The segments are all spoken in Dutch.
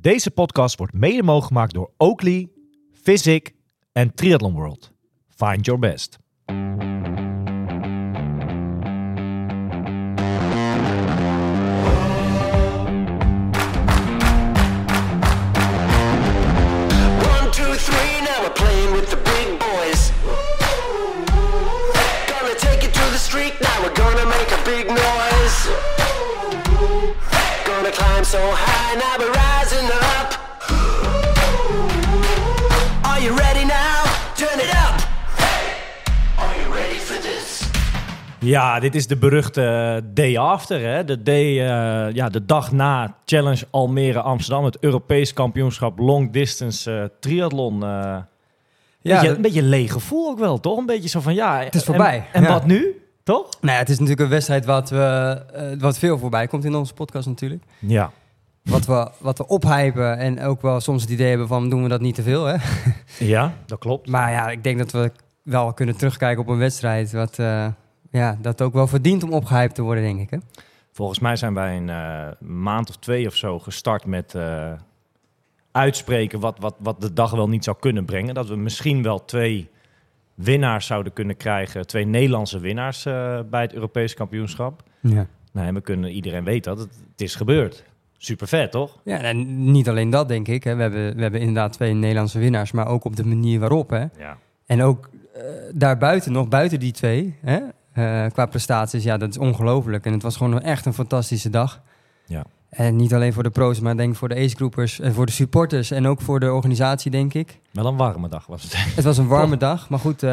Deze podcast wordt mede mogelijk gemaakt door Oakley, Physic en Triathlon World. Find your best. So high, now we're rising up. Are you ready now? Turn it up. Are you ready for this? Ja, dit is de beruchte day after. Hè? De dag na Challenge Almere Amsterdam. Het Europees kampioenschap long distance triathlon. Een beetje een leeg gevoel ook wel, toch? Een beetje zo van ja. Het is voorbij. En wat nu? Toch? Nou ja, het is natuurlijk een wedstrijd wat veel voorbij komt in onze podcast natuurlijk. Ja. Wat we ophypen en ook wel soms het idee hebben van doen we dat niet te veel, hè? Ja, dat klopt. Maar ja, ik denk dat we wel kunnen terugkijken op een wedstrijd dat ook wel verdient om opgehyped te worden, denk ik, hè? Volgens mij zijn wij een maand of 2 of zo gestart met uitspreken wat de dag wel niet zou kunnen brengen. Dat we misschien wel 2 winnaars zouden kunnen krijgen, 2 Nederlandse winnaars bij het Europees kampioenschap. Ja. Nou, en we kunnen iedereen weten dat het is gebeurd. Super vet, toch? Ja, en niet alleen dat, denk ik. Hè. We hebben inderdaad 2 Nederlandse winnaars, maar ook op de manier waarop. Hè. Ja. En ook daarbuiten, nog buiten die 2, hè, qua prestaties, ja, dat is ongelooflijk. En het was gewoon echt een fantastische dag. Ja. En niet alleen voor de pro's, maar denk ik voor de agegroepers en voor de supporters en ook voor de organisatie, denk ik. Wel een warme dag was het. Het was een warme dag, maar goed,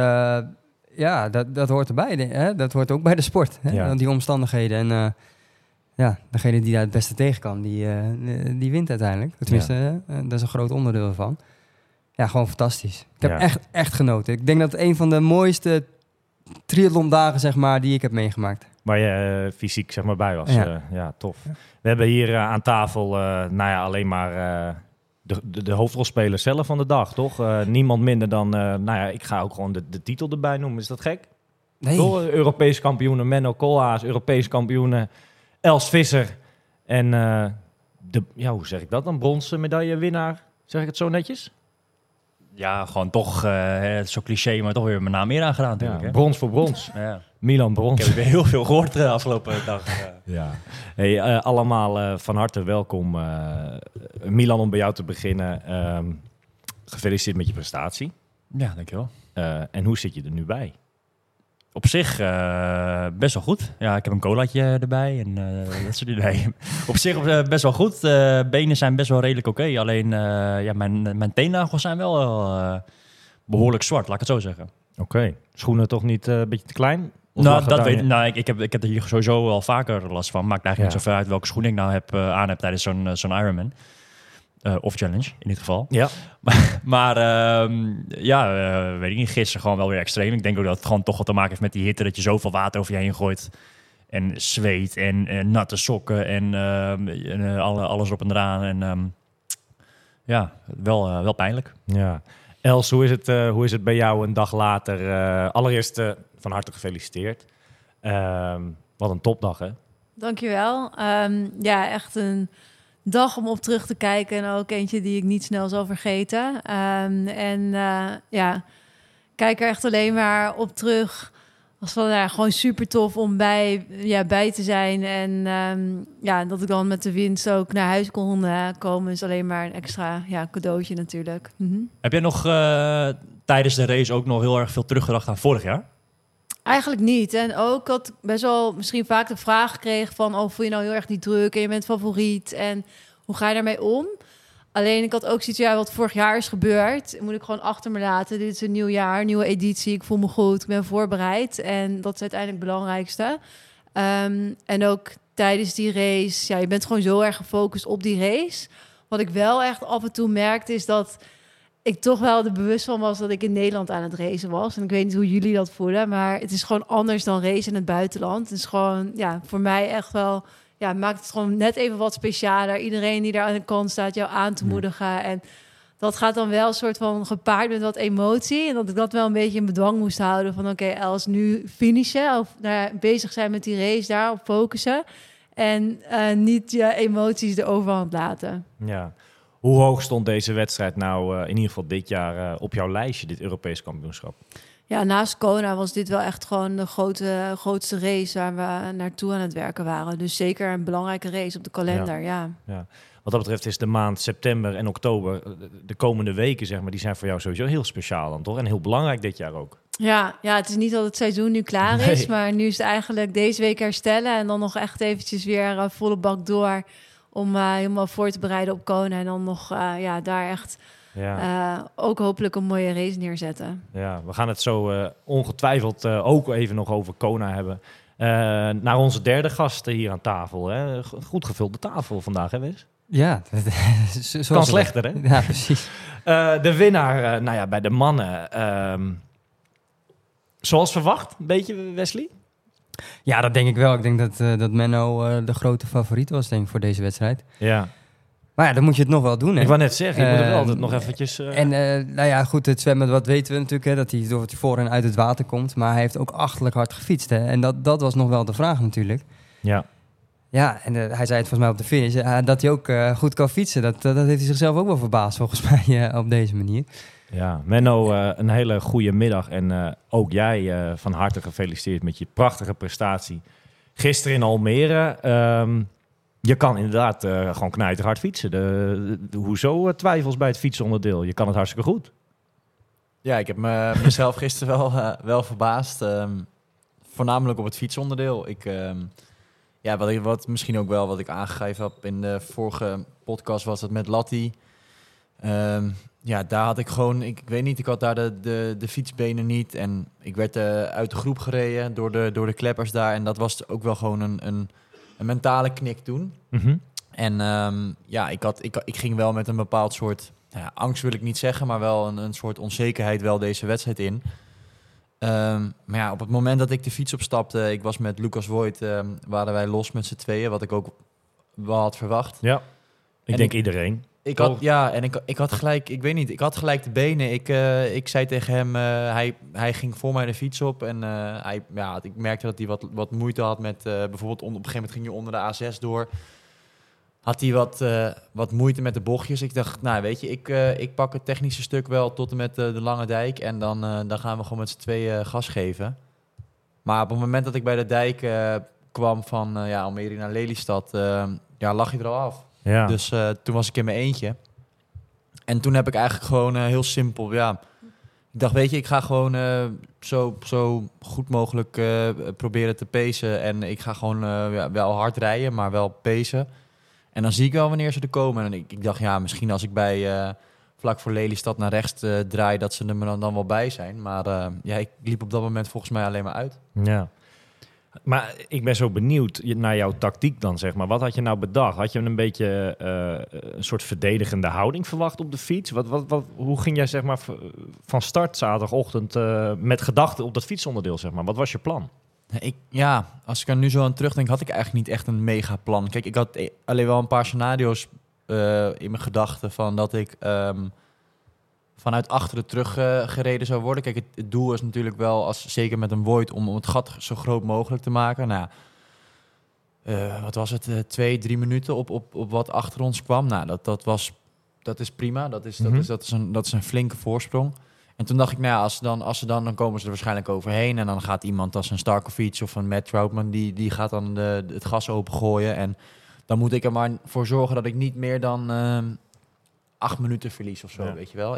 dat hoort erbij. Hè? Dat hoort ook bij de sport, hè? Ja. Die omstandigheden. En degene die daar het beste tegen kan, die wint uiteindelijk. Tenminste, dat is een groot onderdeel van. Ja, gewoon fantastisch. Ik heb echt genoten. Ik denk dat het een van de mooiste triathlondagen, zeg maar, die ik heb meegemaakt. Waar je fysiek, zeg maar, bij was. Ja. Tof. We hebben hier aan tafel, alleen maar de hoofdrolspeler zelf van de dag, toch? Niemand minder dan, ik ga ook gewoon de titel erbij noemen. Is dat gek? Nee. Toch? Europees kampioenen Menno Koolhaas, Europees kampioenen Els Visser. En hoe zeg ik dat dan? Bronzen medaillewinnaar. Zeg ik het zo netjes? Ja, gewoon toch, zo cliché, maar toch weer mijn naam meer aangedaan natuurlijk. Ja, hè? brons voor brons. Ja. Milan Brons. Ik heb weer heel veel gehoord de afgelopen dag. Ja. Hey, allemaal van harte welkom. Milan, om bij jou te beginnen. Gefeliciteerd met je prestatie. Ja, dankjewel. En hoe zit je er nu bij? Op zich best wel goed. Ja, ik heb een colaatje erbij en dat soort dingen. Op zich best wel goed. Benen zijn best wel redelijk oké. Alleen mijn teennagels zijn wel behoorlijk zwart, laat ik het zo zeggen. Oké. Schoenen toch niet een beetje te klein? Ik heb er hier sowieso wel vaker last van. Maakt eigenlijk niet zoveel uit welke schoen ik nou aan heb tijdens zo'n Ironman. Of challenge, in dit geval. Ja. Maar weet ik niet. Gisteren gewoon wel weer extreem. Ik denk ook dat het gewoon toch wat te maken heeft met die hitte. Dat je zoveel water over je heen gooit. En zweet en natte sokken. En alles op en eraan. En wel pijnlijk. Ja. Els, hoe is het bij jou een dag later? Allereerst van harte gefeliciteerd. Wat een topdag, hè? Dankjewel. Echt een dag om op terug te kijken en ook eentje die ik niet snel zal vergeten. Kijk er echt alleen maar op terug. Was van gewoon super tof om bij te zijn en dat ik dan met de winst ook naar huis kon komen is alleen maar een extra cadeautje natuurlijk. Mm-hmm. Heb jij nog tijdens de race ook nog heel erg veel teruggedacht aan vorig jaar? Eigenlijk niet. En ook had best wel misschien vaak de vraag gekregen van voel je nou heel erg niet druk en je bent favoriet en hoe ga je daarmee om? Alleen ik had ook zoiets, wat vorig jaar is gebeurd, moet ik gewoon achter me laten. Dit is een nieuw jaar, nieuwe editie. Ik voel me goed, ik ben voorbereid en dat is uiteindelijk het belangrijkste. En ook tijdens die race, je bent gewoon zo erg gefocust op die race. Wat ik wel echt af en toe merkte is dat ik toch wel er bewust van was dat ik in Nederland aan het racen was. En ik weet niet hoe jullie dat voelen, maar het is gewoon anders dan racen in het buitenland. Het is gewoon, voor mij echt wel, maakt het gewoon net even wat specialer. Iedereen die daar aan de kant staat jou aan te moedigen. En dat gaat dan wel een soort van gepaard met wat emotie. En dat ik dat wel een beetje in bedwang moest houden. Van oké, Els, nu finishen. Of bezig zijn met die race daar, op focussen. En niet je emoties de overhand laten. Ja. Hoe hoog stond deze wedstrijd nou in ieder geval dit jaar op jouw lijstje, dit Europees kampioenschap? Ja, naast Kona was dit wel echt gewoon de grootste race waar we naartoe aan het werken waren. Dus zeker een belangrijke race op de kalender, ja. Wat dat betreft is de maand september en oktober, de komende weken, zeg maar, die zijn voor jou sowieso heel speciaal dan, toch? En heel belangrijk dit jaar ook. Ja, het is niet dat het seizoen nu klaar is, Nee. maar nu is het eigenlijk deze week herstellen en dan nog echt eventjes weer volle bak door om helemaal voor te bereiden op Kona en dan nog daar echt ook hopelijk een mooie race neerzetten. Ja, we gaan het zo ongetwijfeld ook even nog over Kona hebben. Naar onze derde gast hier aan tafel. Hè? Goed gevulde tafel vandaag, hè Wes? Ja, Kan slechter, hè? Ja, precies. De winnaar, bij de mannen. Zoals verwacht, een beetje, Wesley? Ja, dat denk ik wel. Ik denk dat Menno de grote favoriet was, denk ik, voor deze wedstrijd. Ja. Maar ja, dan moet je het nog wel doen, hè? Ik wou net zeggen, je moet er wel altijd nog eventjes... En goed, het zwemmen, wat weten we natuurlijk, hè, dat hij door het voor en uit het water komt. Maar hij heeft ook achterlijk hard gefietst, hè? En dat was nog wel de vraag natuurlijk. Ja. Ja, en hij zei het volgens mij op de finish, dat hij ook goed kan fietsen. Dat heeft hij zichzelf ook wel verbaasd, volgens mij, op deze manier. Ja, Menno, een hele goede middag. En ook jij van harte gefeliciteerd met je prachtige prestatie. Gisteren in Almere. Je kan inderdaad gewoon knijterhard fietsen. Hoezo twijfels bij het fietsonderdeel? Je kan het hartstikke goed. Ja, ik heb mezelf gisteren wel verbaasd. Voornamelijk op het fietsonderdeel. Wat misschien ook wel wat ik aangegeven heb in de vorige podcast was het met Latti. Daar had ik gewoon, ik weet niet, ik had daar de fietsbenen niet. En ik werd uit de groep gereden door de kleppers daar. En dat was ook wel gewoon een mentale knik toen. Mm-hmm. En ik ging wel met een bepaald soort, angst wil ik niet zeggen, maar wel een soort onzekerheid wel deze wedstrijd in. Maar ja, op het moment dat ik de fiets opstapte, ik was met Lucas Voigt, waren wij los met z'n tweeën, wat ik ook wel had verwacht. Ja, ik denk iedereen. Ik had gelijk, ik weet niet, ik had gelijk de benen. Ik zei tegen hem, hij ging voor mij de fiets op en ik merkte dat hij wat moeite had met, bijvoorbeeld op een gegeven moment ging hij onder de A6 door. Had hij wat moeite met de bochtjes. Ik dacht, weet je, ik pak het technische stuk wel tot en met de Lange Dijk en dan gaan we gewoon met z'n tweeën gas geven. Maar op het moment dat ik bij de dijk kwam van Almere naar Lelystad, lag hij er al af. Ja. Dus toen was ik in mijn eentje. En toen heb ik eigenlijk gewoon heel simpel, ik dacht, weet je, ik ga gewoon zo goed mogelijk proberen te pacen. En ik ga gewoon wel hard rijden, maar wel pacen. En dan zie ik wel wanneer ze er komen. En ik dacht, misschien als ik bij vlak voor Lelystad naar rechts draai, dat ze er me dan wel bij zijn. Maar ik liep op dat moment volgens mij alleen maar uit. Ja. Maar ik ben zo benieuwd naar jouw tactiek dan, zeg maar. Wat had je nou bedacht? Had je een beetje een soort verdedigende houding verwacht op de fiets? Hoe ging jij, zeg maar, van start zaterdagochtend met gedachten op dat fietsonderdeel, zeg maar? Wat was je plan? Als ik er nu zo aan terugdenk, had ik eigenlijk niet echt een mega plan. Kijk, ik had alleen wel een paar scenario's in mijn gedachten van dat ik vanuit achteren terug gereden zou worden. Kijk, het doel is natuurlijk wel, zeker met een Voigt, om het gat zo groot mogelijk te maken. Nou, wat was het? 2-3 minuten op wat achter ons kwam. Nou, dat is prima. Dat is een flinke voorsprong. En toen dacht ik, als ze dan komen ze er waarschijnlijk overheen. En dan gaat iemand als een Starkovic of een Matt Troutman, die gaat dan het gas opengooien. En dan moet ik er maar voor zorgen dat ik niet meer dan 8 minuten verlies of zo, weet je wel.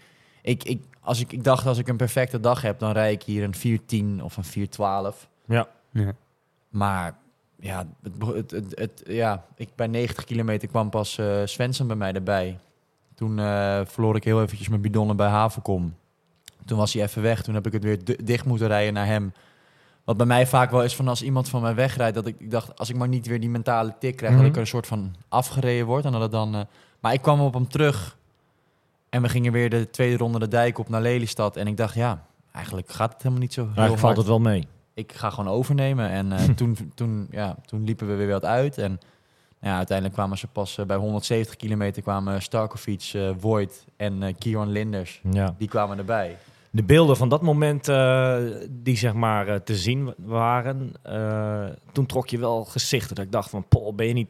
Ik dacht, als ik een perfecte dag heb, dan rijd ik hier een 4:10 of een 4:12. Ja. Maar bij 90 kilometer kwam pas Svensson bij mij erbij. Toen verloor ik heel eventjes mijn bidonnen bij Havenkom. Toen was hij even weg. Toen heb ik het weer dicht moeten rijden naar hem. Wat bij mij vaak wel is van als iemand van mij wegrijdt, dat ik dacht, als ik maar niet weer die mentale tik krijg, dat ik er een soort van afgereden word. En dat het dan, maar ik kwam op hem terug en we gingen weer de tweede ronde de dijk op naar Lelystad. En ik dacht, eigenlijk gaat het helemaal niet zo heel Eigenlijk hard. valt het wel mee. Ik ga gewoon overnemen. En toen liepen we weer wat uit. En uiteindelijk kwamen ze pas bij 170 kilometer kwamen Starkovic, Voigt en Kieran Linders. Ja. Die kwamen erbij. De beelden van dat moment die zeg maar te zien waren, toen trok je wel gezichten. Dat ik dacht van, Paul, ben je niet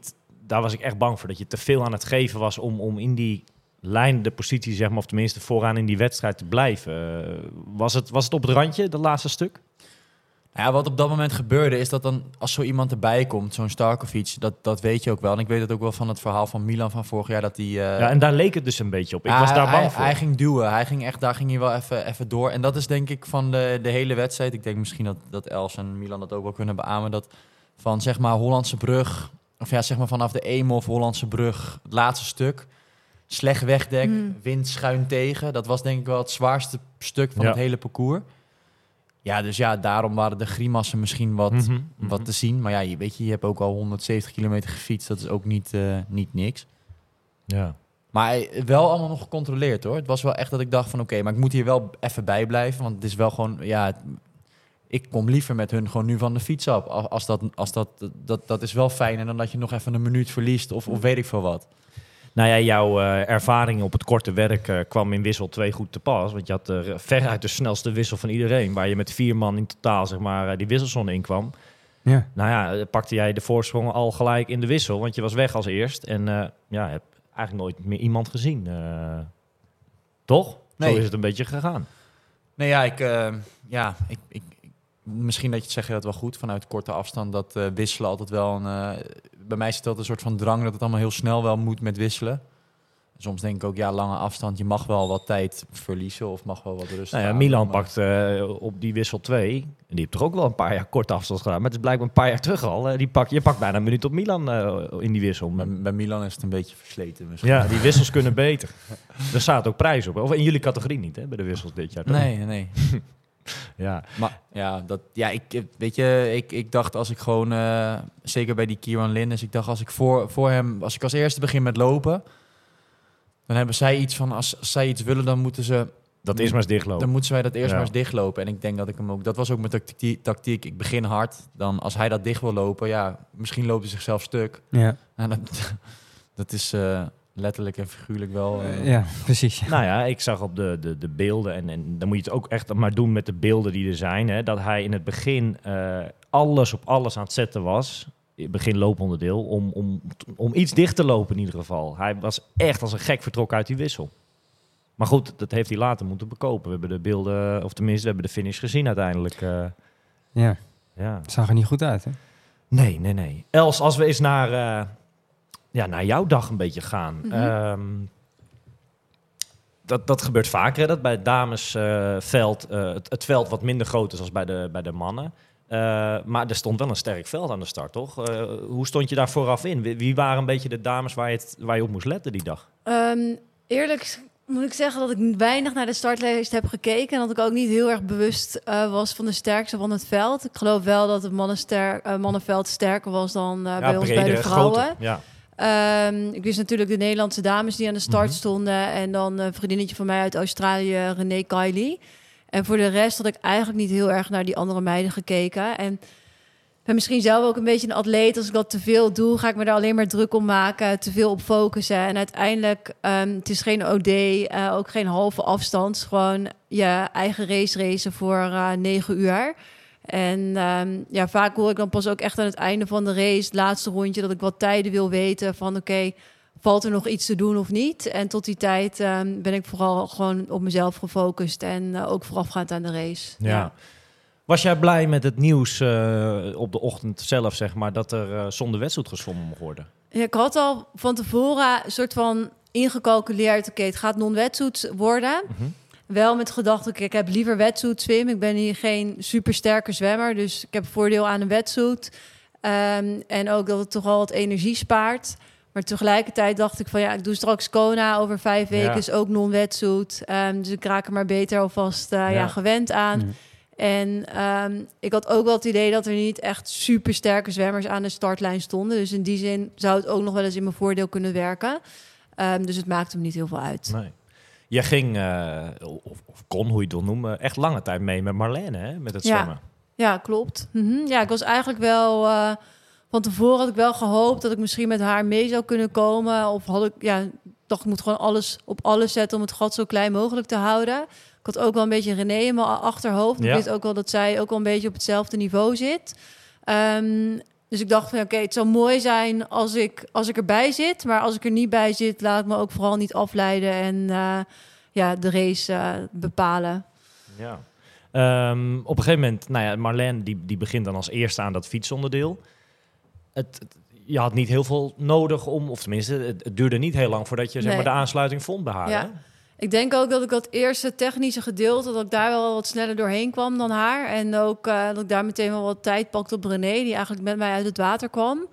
daar was ik echt bang voor. Dat je te veel aan het geven was om in die lijn de positie, zeg maar, of tenminste vooraan in die wedstrijd te blijven. Was het op het randje, dat laatste stuk? Ja, wat op dat moment gebeurde is dat dan, als zo iemand erbij komt, zo'n Starkovic, dat weet je ook wel. En ik weet het ook wel van het verhaal van Milan van vorig jaar, dat die... Ja, en daar leek het dus een beetje op. Ik was daar bang voor. Hij ging duwen. Daar ging hij wel even door. En dat is denk ik van de hele wedstrijd. Ik denk misschien dat Els en Milan dat ook wel kunnen beamen. Dat van zeg maar Hollandse Brug, of ja, zeg maar vanaf de Eemhof, Hollandse Brug, het laatste stuk. Slecht wegdek, wind schuin tegen. Dat was denk ik wel het zwaarste stuk van het hele parcours. Ja, dus ja, daarom waren de grimassen misschien wat te zien. Maar ja, je hebt ook al 170 kilometer gefietst. Dat is ook niet niks. Ja. Maar wel allemaal nog gecontroleerd, hoor. Het was wel echt dat ik dacht van oké, maar ik moet hier wel even bij blijven. Want het is wel gewoon, ja, ik kom liever met hun gewoon nu van de fiets af. Dat is wel fijner dan dat je nog even een minuut verliest of weet ik veel wat. Nou ja, jouw ervaring op het korte werk kwam in wissel 2 goed te pas. Want je had veruit de snelste wissel van iedereen. Waar je met 4 man in totaal, zeg maar, die wisselzone in kwam. Ja. Nou ja, pakte jij de voorsprong al gelijk in de wissel. Want je was weg als eerst. En heb eigenlijk nooit meer iemand gezien. Toch? Nee. Zo is het een beetje gegaan. Nee, ja, ik misschien dat je het zegt dat wel goed. Vanuit korte afstand dat wisselen altijd wel bij mij zit dat een soort van drang dat het allemaal heel snel wel moet met wisselen. Soms denk ik ook, ja, lange afstand, je mag wel wat tijd verliezen of mag wel wat rust. Nou ja, aan, Milan maar... pakt op die wissel 2. En die heeft toch ook wel een paar jaar korte afstand gedaan. Maar het is blijkbaar een paar jaar terug al. Je pakt bijna een minuut op Milan in die wissel. Bij Milan is het een beetje versleten misschien. Ja, die wissels kunnen beter. Er staat ook prijs op. Of in jullie categorie niet, hè, bij de wissels dit jaar. Toch? Nee. Ja. Maar ja, ik dacht als ik gewoon, zeker bij die Kieran Linnes, ik dacht als ik voor hem, als ik als eerste begin met lopen, dan hebben zij iets van, als zij iets willen, dan moeten ze... Dat is maar eens dichtlopen. Dan moeten wij dat eerst maar eens dichtlopen. En ik denk dat ik hem ook... Dat was ook mijn tactiek. Ik begin hard. Dan als hij dat dicht wil lopen, ja, misschien loopt hij zichzelf stuk. Ja, Nou, dat is letterlijk en figuurlijk wel... ja, precies. Nou ja, ik zag op de beelden, en dan moet je het ook echt maar doen met de beelden die er zijn, hè, dat hij in het begin alles op alles aan het zetten was. Begin looponderdeel, om iets dicht te lopen in ieder geval. Hij was echt als een gek vertrokken uit die wissel. Maar goed, dat heeft hij later moeten bekopen. We hebben de beelden, of tenminste, we hebben de finish gezien uiteindelijk. Ja, ja. het zag er niet goed uit, hè? Nee. Els, als we eens naar jouw dag een beetje gaan. Mhm. Dat gebeurt vaker, hè, dat bij het damesveld het veld wat minder groot is als bij de mannen. Maar er stond wel een sterk veld aan de start, toch? Hoe stond je daar vooraf in? Wie waren een beetje de dames waar je op moest letten die dag? Eerlijk moet ik zeggen dat ik weinig naar de startlijst heb gekeken. En dat ik ook niet heel erg bewust was van de sterkste van het veld. Ik geloof wel dat het mannenveld sterker was dan bij ons bij de vrouwen. Groter, ja. Ik wist natuurlijk de Nederlandse dames die aan de start stonden. En dan een vriendinnetje van mij uit Australië, René Kylie. En voor de rest had ik eigenlijk niet heel erg naar die andere meiden gekeken. En ik ben misschien zelf ook een beetje een atleet. Als ik dat te veel doe, ga ik me daar alleen maar druk om maken. Te veel op focussen. En uiteindelijk, het is geen OD, ook geen halve afstand. Gewoon je eigen racen voor 9 uur. En vaak hoor ik dan pas ook echt aan het einde van de race, het laatste rondje, dat ik wat tijden wil weten van oké, valt er nog iets te doen of niet? En tot die tijd ben ik vooral gewoon op mezelf gefocust en ook voorafgaand aan de race. Ja. Was jij blij met het nieuws op de ochtend zelf, zeg maar, dat er zonder wedstrijd gezwommen mocht worden? Ja, ik had al van tevoren een soort van ingecalculeerd, oké, het gaat non-wetsuit worden. Mm-hmm. Wel met gedachte, ik heb liever wetsuit zwem. Ik ben hier geen supersterke zwemmer, dus ik heb voordeel aan een wetsuit. En ook dat het toch al wat energie spaart. Maar tegelijkertijd dacht ik van ja, ik doe straks Kona over 5 weken, is ook non-wetsuit. Dus ik raak er maar beter alvast gewend aan. Mm. En ik had ook wel het idee dat er niet echt super sterke zwemmers aan de startlijn stonden. Dus in die zin zou het ook nog wel eens in mijn voordeel kunnen werken. Dus het maakte me niet heel veel uit. Nee. Jij ging, of kon, hoe je het wil noemen, echt lange tijd mee met Marlene, hè? Met het zwemmen. Ja, klopt. Mm-hmm. Ja, ik was eigenlijk wel... van tevoren had ik wel gehoopt dat ik misschien met haar mee zou kunnen komen. Of had ik, dacht ik moet gewoon alles op alles zetten om het gat zo klein mogelijk te houden. Ik had ook wel een beetje René in mijn achterhoofd. Ik wist ook wel dat zij ook wel een beetje op hetzelfde niveau zit. Dus ik dacht van oké, het zou mooi zijn als ik erbij zit. Maar als ik er niet bij zit, laat ik me ook vooral niet afleiden en de race bepalen. Ja. Op een gegeven moment, Marlène die begint dan als eerste aan dat fietsonderdeel. Je had niet heel veel nodig om, of tenminste, het duurde niet heel lang voordat je zeg maar, de aansluiting vond bij haar. Ja. Hè? Ik denk ook dat ik dat eerste technische gedeelte, dat ik daar wel wat sneller doorheen kwam dan haar. En ook dat ik daar meteen wel wat tijd pakte op René, die eigenlijk met mij uit het water kwam.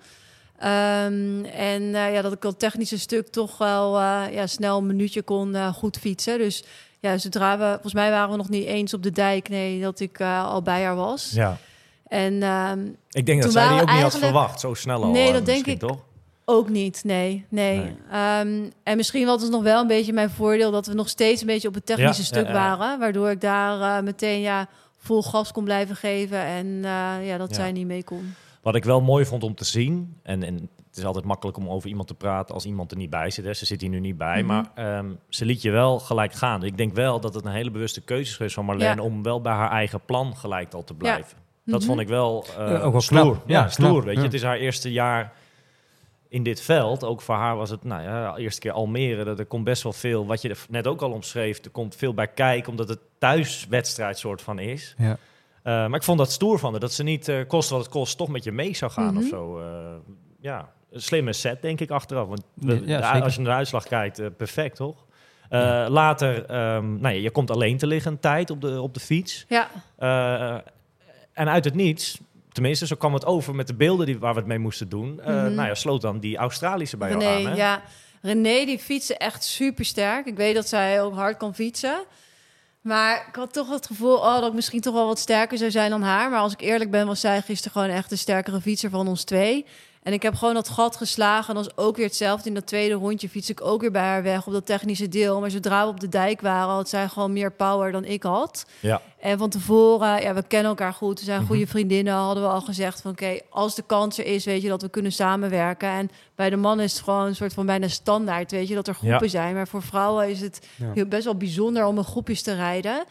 Dat ik dat technische stuk toch wel snel een minuutje kon goed fietsen. Dus ja, volgens mij waren we nog niet eens op de dijk, dat ik al bij haar was. Ja. En ik denk dat zij die ook niet had verwacht, zo snel al. Nee, dat denk ik toch? Ook niet, nee. En misschien was het nog wel een beetje mijn voordeel dat we nog steeds een beetje op het technische stuk waren. Waardoor ik daar meteen vol gas kon blijven geven en zij niet mee kon. Wat ik wel mooi vond om te zien, en het is altijd makkelijk om over iemand te praten als iemand er niet bij zit. Hè. Ze zit hier nu niet bij, maar ze liet je wel gelijk gaan. Ik denk wel dat het een hele bewuste keuze is geweest van Marlène om wel bij haar eigen plan gelijk al te blijven. Dat vond ik wel ook wel stoer. knap. Ja, stoer, knap. weet je. Het is haar eerste jaar in dit veld. Ook voor haar was het, eerste keer Almere. Er komt best wel veel, wat je net ook al omschreef, er komt veel bij kijken, omdat het thuiswedstrijd soort van is. Ja. Maar ik vond dat stoer van haar, dat ze niet, kost wat het kost, toch met je mee zou gaan of zo. Een slimme set, denk ik, achteraf. Want als je naar de uitslag kijkt, perfect, toch? Later, je komt alleen te liggen een tijd op de fiets. Ja. En uit het niets, tenminste, zo kwam het over met de beelden waar we het mee moesten doen. Sloot dan die Australische bij jou aan. Hè? Ja. René, die fietste echt super sterk. Ik weet dat zij ook hard kan fietsen. Maar ik had toch het gevoel dat ik misschien toch wel wat sterker zou zijn dan haar. Maar als ik eerlijk ben, was zij gisteren gewoon echt de sterkere fietser van ons twee. En ik heb gewoon dat gat geslagen. En dat was ook weer hetzelfde. In dat tweede rondje fiets ik ook weer bij haar weg op dat technische deel. Maar zodra we op de dijk waren, had zij gewoon meer power dan ik had. Ja. En van tevoren, we kennen elkaar goed. We zijn goede vriendinnen, hadden we al gezegd van oké, als de kans er is, weet je, dat we kunnen samenwerken. En bij de mannen is het gewoon een soort van bijna standaard, weet je, dat er groepen zijn. Maar voor vrouwen is het best wel bijzonder om in groepjes te rijden.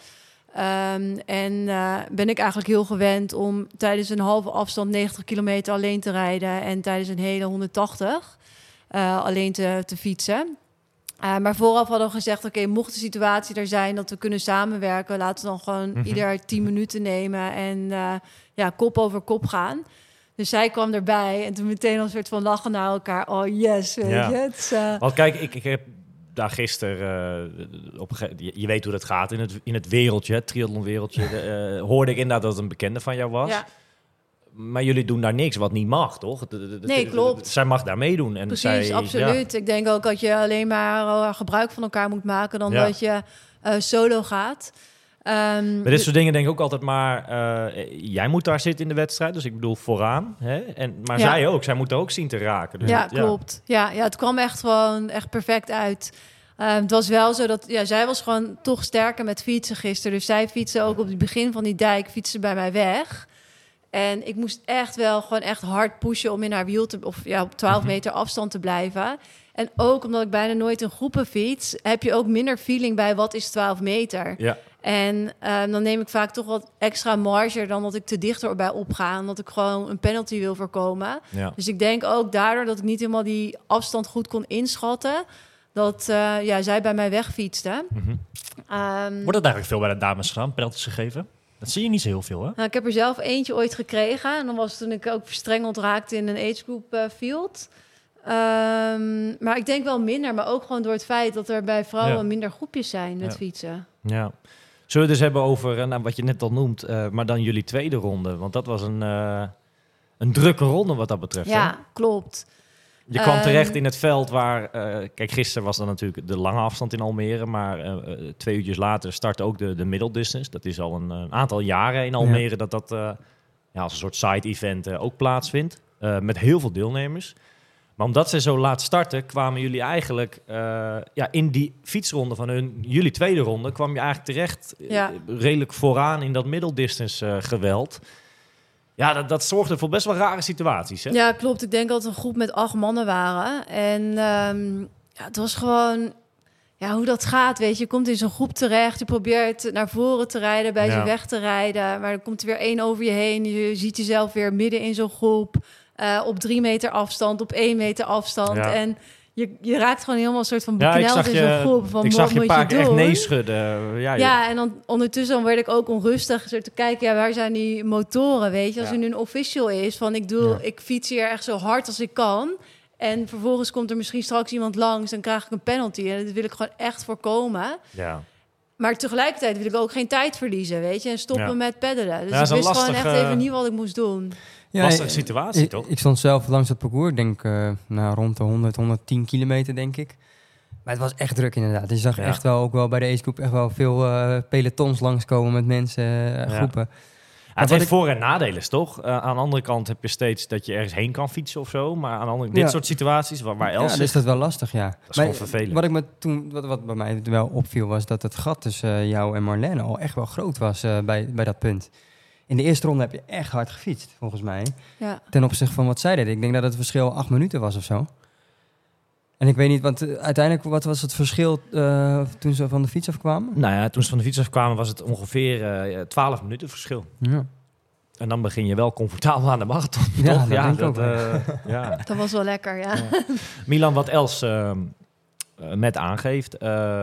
Ben ik eigenlijk heel gewend om tijdens een halve afstand 90 kilometer alleen te rijden en tijdens een hele 180 alleen te fietsen. Maar vooraf hadden we gezegd, oké, mocht de situatie er zijn dat we kunnen samenwerken, laten we dan gewoon ieder 10 minuten nemen en kop over kop gaan. Dus zij kwam erbij en toen meteen een soort van lachen naar elkaar. Oh yes, weet je. Want kijk, ik heb daar gisteren, je weet hoe dat gaat in het wereldje, het triathlonwereldje, hoorde ik inderdaad dat het een bekende van jou was. Ja. Maar jullie doen daar niks wat niet mag, toch? Nee, klopt. Zij mag daar meedoen. En precies, absoluut. Ja. Ik denk ook dat je alleen maar gebruik van elkaar moet maken dan dat je solo gaat. Bij dit soort dingen denk ik ook altijd maar, jij moet daar zitten in de wedstrijd, dus ik bedoel vooraan. Hè? Maar zij ook, zij moet ook zien te raken. Dus klopt. Ja, het kwam echt gewoon echt perfect uit. Het was wel zo dat zij was gewoon toch sterker met fietsen gisteren. Dus zij fietste ook op het begin van die dijk, fietste bij mij weg. En ik moest echt wel gewoon echt hard pushen om in haar wiel op 12 meter afstand te blijven. En ook omdat ik bijna nooit in groepen fiets, heb je ook minder feeling bij wat is 12 meter. Ja. En dan neem ik vaak toch wat extra marge dan dat ik te dichter erbij opga. Omdat ik gewoon een penalty wil voorkomen. Ja. Dus ik denk ook daardoor dat ik niet helemaal die afstand goed kon inschatten. Dat zij bij mij wegfietste. Wordt dat eigenlijk veel bij de dames gedaan, penalties gegeven? Dat zie je niet zo heel veel, hè? Nou, ik heb er zelf eentje ooit gekregen. En dan was het toen ik ook verstrengeld raakte in een agegroep field. Maar ik denk wel minder. Maar ook gewoon door het feit dat er bij vrouwen minder groepjes zijn met fietsen. Ja. Zullen we het dus hebben over wat je net al noemt, maar dan jullie tweede ronde? Want dat was een drukke ronde wat dat betreft. Ja, hè? Klopt. Je kwam terecht in het veld waar... kijk, gisteren was dan natuurlijk de lange afstand in Almere. Maar 2 uurtjes later startte ook de middeldistance. Dat is al een aantal jaren in Almere dat als een soort side-event ook plaatsvindt. Met heel veel deelnemers. Maar omdat ze zo laat starten, kwamen jullie eigenlijk... in die fietsronde van jullie tweede ronde... kwam je eigenlijk terecht redelijk vooraan in dat middeldistance geweld... Ja, dat zorgde voor best wel rare situaties, hè? Ja, klopt. Ik denk dat het een groep met 8 mannen waren. En het was gewoon... Ja, hoe dat gaat, weet je. Je komt in zo'n groep terecht. Je probeert naar voren te rijden, bij ze weg te rijden. Maar dan komt er weer 1 over je heen. Je ziet jezelf weer midden in zo'n groep. op 3 meter afstand, op 1 meter afstand. Ja. En je raakt gewoon helemaal een soort van Ja, ik bekneld zag in zo'n groep. Van, ik wat zag je een moet paar keer echt doen? nee schudden. Ja, en dan ondertussen werd ik ook onrustig. Zo te kijken, ja, waar zijn die motoren, weet je? Als Ja. er nu een official is, van Ja. ik fiets hier echt zo hard als ik kan. En vervolgens komt er misschien straks iemand langs, dan krijg ik een penalty. En dat wil ik gewoon echt voorkomen. Ja. Maar tegelijkertijd wil ik ook geen tijd verliezen, weet je? En stoppen Ja. met peddelen. Dus Ja, dat is ik een wist gewoon lastig, echt even niet wat ik moest doen. Ja, Lastige situatie, toch? Ik stond zelf langs het parcours, ik denk rond de 110 kilometer, denk ik. Maar het was echt druk inderdaad. Dus je zag Ja. echt wel, ook wel bij de Ace-groep, echt wel veel pelotons langskomen met mensen, groepen. Ja, het wat heeft voor- en nadelen, toch? Aan de andere kant heb je steeds dat je ergens heen kan fietsen of zo. Maar aan de andere dit Ja. soort situaties waar Els Ja, zit, dus dat is wel lastig, ja. is gewoon vervelend. Wat ik me toen, wat bij mij wel opviel, was dat het gat tussen jou en Marlène al echt wel groot was bij dat punt. In de eerste ronde heb je echt hard gefietst, volgens mij. Ja. Ten opzichte van wat zij deed. Ik denk dat het verschil 8 minuten was of zo. En ik weet niet, want uiteindelijk, wat was het verschil toen ze van de fiets afkwamen? Nou ja, toen ze van de fiets afkwamen was het ongeveer 12 minuten verschil. Ja. En dan begin je wel comfortabel aan de marathon, Ja, toch? dat denk ik ook wel. Ja. Dat was wel lekker, ja. Milan, wat Els met aangeeft,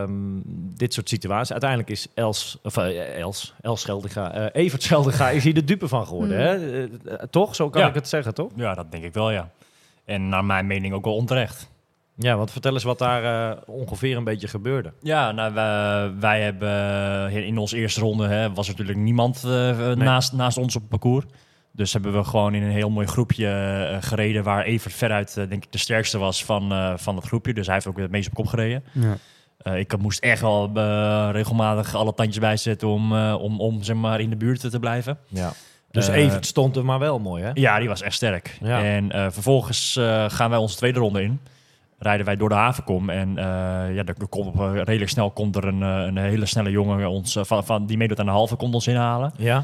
dit soort situaties. Uiteindelijk is Els Scheldega, Evert Scheldega is hier de dupe van geworden. Hè? Toch? Zo kan Ja. ik het zeggen, toch? Ja, dat denk ik wel, ja. En naar mijn mening ook wel onterecht. Ja, want vertel eens wat daar ongeveer een beetje gebeurde. Ja, nou, wij hebben in onze eerste ronde was er natuurlijk niemand naast ons op het parcours. Dus hebben we gewoon in een heel mooi groepje gereden waar Evert veruit denk ik de sterkste was van het groepje. Dus hij heeft ook het meest op kop gereden. Ja. Ik moest echt wel regelmatig alle tandjes bijzetten om zeg maar in de buurt te blijven. Ja. Dus Eh, Evert stond er maar wel mooi, hè? Ja, die was echt sterk. Ja. En vervolgens gaan wij onze tweede ronde in. Rijden wij door de havenkom. En redelijk snel komt er een hele snelle jongen ons, die meedoet aan de halve, komt ons inhalen. Ja.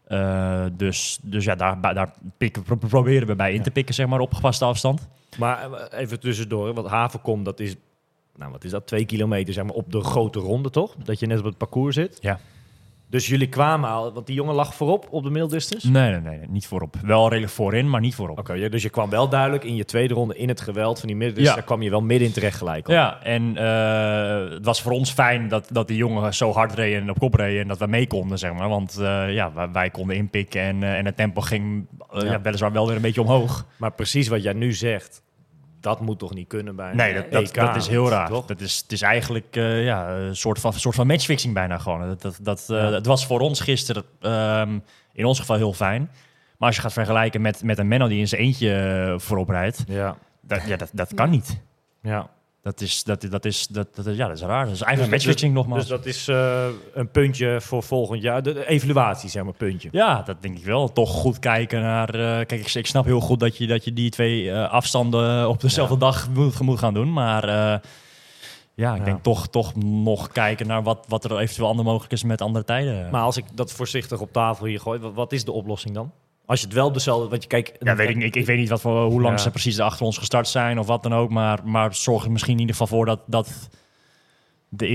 Dus ja, daar proberen we bij in te pikken, zeg maar, op gepaste afstand. Maar even tussendoor, want Havenkom, dat is, nou wat is dat, 2 kilometer zeg maar, op de grote ronde, toch? Dat je net op het parcours zit. Ja. Dus jullie kwamen al, want die jongen lag voorop op de middeldistance? Nee, niet voorop. Wel redelijk voorin, maar niet voorop. Oké, ja, dus je kwam wel duidelijk in je tweede ronde in het geweld van die middendistance. Ja. Daar kwam je wel midden in terecht gelijk op. Ja, en het was voor ons fijn dat die jongen zo hard reed en op kop reed en dat we mee konden, zeg maar. Want wij konden inpikken en het tempo ging weliswaar wel weer een beetje omhoog. Maar precies wat jij nu zegt, dat moet toch niet kunnen bij Nee, een dat EK, is heel raar. toch? Het is eigenlijk een soort van matchfixing bijna gewoon. Het was voor ons gisteren in ons geval heel fijn. Maar als je gaat vergelijken met een Menno die in zijn eentje voorop rijdt, Ja, dat kan niet. ja. Dat is raar. Dat is eigenlijk matchfixing nogmaals. Dus dat is een puntje voor volgend jaar. De evaluatie, zeg maar, puntje. Ja, dat denk ik wel. Toch goed kijken naar... kijk, ik snap heel goed dat je die twee afstanden op dezelfde dag moet gaan doen. Maar ik denk toch nog kijken naar wat er eventueel ander mogelijk is met andere tijden. Maar als ik dat voorzichtig op tafel hier gooi, wat is de oplossing dan? Als je het wel dezelfde... Want je kijkt, Ja, weet ik niet. Ik weet niet hoe lang Ja. ze precies achter ons gestart zijn of wat dan ook. Maar zorg er misschien in ieder geval voor dat de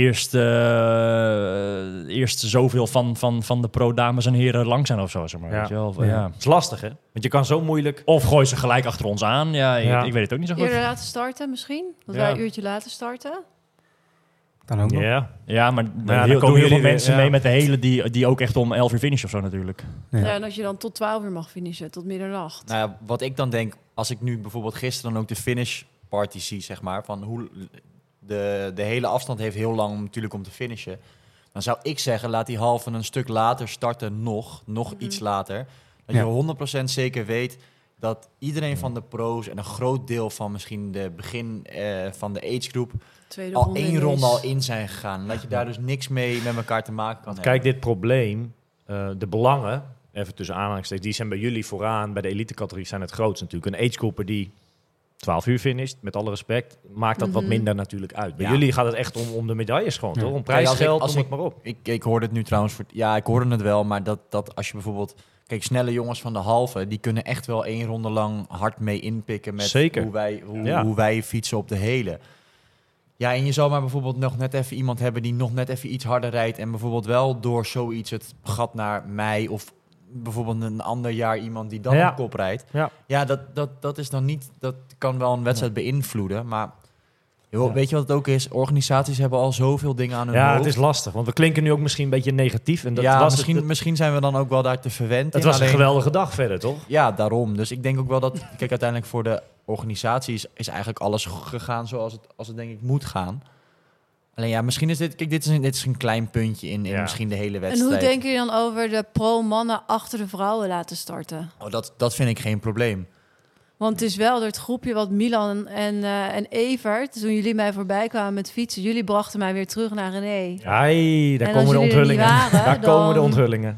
eerste zoveel van de pro-dames en heren lang zijn of zo. Zeg maar, Ja. weet je wel? Ja. Ja. Het is lastig, hè? Want je kan zo moeilijk... Of gooi ze gelijk achter ons aan. Ja, Ja. Ik weet het ook niet zo goed. Eerder laten starten misschien? Dat Ja. wij een uurtje later starten? Kan ook nog. Ja. Ja, maar dan dan komen doen heel jullie veel weer, mensen ja. mee met de hele die ook echt om 11 uur finishen of zo natuurlijk. Ja. Ja, en als je dan tot 12 uur mag finishen, tot middernacht. Nou ja, wat ik dan denk, als ik nu bijvoorbeeld gisteren dan ook de finish party zie, zeg maar, van hoe de hele afstand heeft heel lang natuurlijk om te finishen. Dan zou ik zeggen, laat die halve een stuk later starten, nog iets later. Dat Ja. je 100% zeker weet dat iedereen van de pro's en een groot deel van misschien de begin van de agegroep Tweede al ronde één is. ronde al in zijn gegaan. Dat je daar dus niks mee met elkaar te maken kan Want hebben. kijk, dit probleem, de belangen, even tussen aanhalingstekens, die zijn bij jullie vooraan, bij de elite-categorie zijn het grootst natuurlijk. Een agegroeper die 12 uur finisht, met alle respect, maakt dat wat minder natuurlijk uit. Bij Ja. jullie gaat het echt om de medailles gewoon, Ja. toch? Om Kijk, als prijsgeld, ik- noem het maar op. Ik hoorde het nu trouwens. Ja, ik hoorde het wel. Maar dat als je bijvoorbeeld... Kijk, snelle jongens van de halve... die kunnen echt wel 1 ronde lang hard mee inpikken... met Zeker. hoe wij fietsen op de hele. Ja, en je zou maar bijvoorbeeld nog net even iemand hebben... die nog net even iets harder rijdt... en bijvoorbeeld wel door zoiets het gat naar mij... of bijvoorbeeld een ander jaar iemand die dan Ja. een kop rijdt. Ja. Dat is dan niet... Dat kan wel een wedstrijd beïnvloeden, maar... Joh, Ja. weet je wat het ook is? Organisaties hebben al zoveel dingen aan hun Ja, hoofd. het is lastig. Want we klinken nu ook misschien een beetje negatief. En dat ja, was misschien zijn we dan ook wel daar te verwend het in. was een Alleen- geweldige dag verder, toch? Ja, daarom. Dus ik denk ook wel dat... Kijk, uiteindelijk voor de organisatie is eigenlijk alles gegaan zoals het denk ik moet gaan. Alleen ja, misschien is dit... Kijk, dit is een klein puntje in Ja. misschien de hele En wedstrijd. hoe denken jullie dan over de pro-mannen achter de vrouwen laten starten? Oh, dat vind ik geen probleem. Want het is wel door het groepje wat Milan en Evert, toen jullie mij voorbij kwamen met fietsen, jullie brachten mij weer terug naar René. Ai, daar En komen als de jullie er niet onthullingen. waren, Daar komen de dan- onthullingen.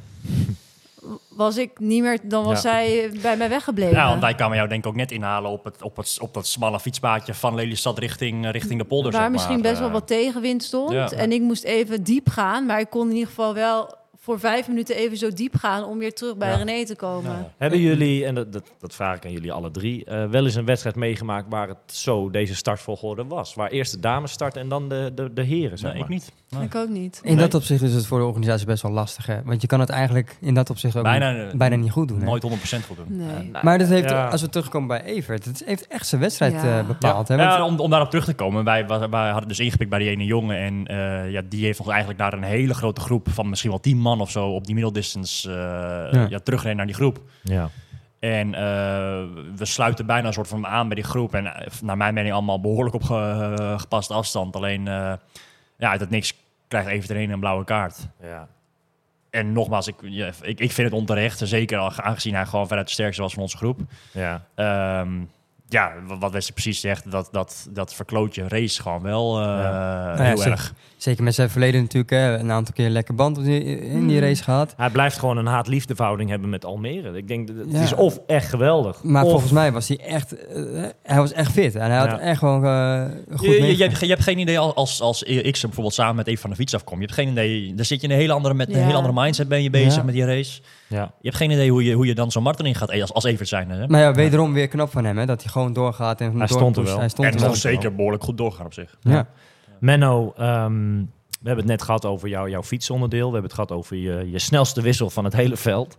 Was ik niet meer, dan was Ja. zij bij mij weggebleven. Ja, want wij kwamen jou denk ik ook net inhalen op dat smalle fietspaadje van Lelystad richting de polder. waar zeg misschien maar. best wel wat tegenwind stond. ja. En ik moest even diep gaan, maar ik kon in ieder geval wel voor 5 minuten even zo diep gaan om weer terug bij Ja. René te komen. Ja. Hebben jullie, en dat vraag ik aan jullie alle drie, wel eens een wedstrijd meegemaakt waar het zo deze startvolgorde was? Waar eerst de dames starten en dan de heren, zeg Nee, maar. ik niet. Nee. Ik ook niet. In dat opzicht is het voor de organisatie best wel lastig, hè? Want je kan het eigenlijk in dat opzicht ook bijna niet goed doen. Hè? Nooit 100% goed doen. Nee. Maar dat heeft, Ja. als we terugkomen bij Evert, het heeft echt zijn wedstrijd Ja. bepaald. Hè? Want- Ja, om daarop terug te komen. Wij hadden dus ingepikt bij die ene jongen. En die heeft ons eigenlijk naar een hele grote groep van misschien wel 10 man of zo op die middeldistance teruggereden naar die groep. Ja. En we sluiten bijna een soort van aan bij die groep. En naar mijn mening allemaal behoorlijk op gepaste afstand. Alleen uit het niks krijgt even een blauwe kaart. Ja. En nogmaals, ik vind het onterecht. Zeker aangezien hij gewoon veruit de sterkste was van onze groep. Ja. Wat Wesley precies zegt, dat verkloot je race gewoon wel ja, heel zeker. erg. Zeker met zijn verleden natuurlijk, hè, een aantal keer een lekker band in die race gehad. Hij blijft gewoon een haat-liefde verhouding hebben met Almere. Ik denk, het Ja. is of echt geweldig. Maar of, volgens mij was hij echt, hij was echt fit. En hij had Ja. echt gewoon goed Je meegegaan. hebt geen idee als ik ze bijvoorbeeld samen met even van de fiets afkom. Je hebt geen idee. Dan zit je in een hele andere mindset ben je bezig Ja. met die race. Ja. Je hebt geen idee hoe je dan zo'n marathon in gaat als Evert zijn. Hè? Maar ja, wederom weer knap van hem, hè, dat hij gewoon doorgaat. En Hij stond er wel. Hij stond En er nog wel. zeker behoorlijk goed doorgaan op zich. Ja. Menno, we hebben het net gehad over jouw fietsonderdeel. We hebben het gehad over je snelste wissel van het hele veld.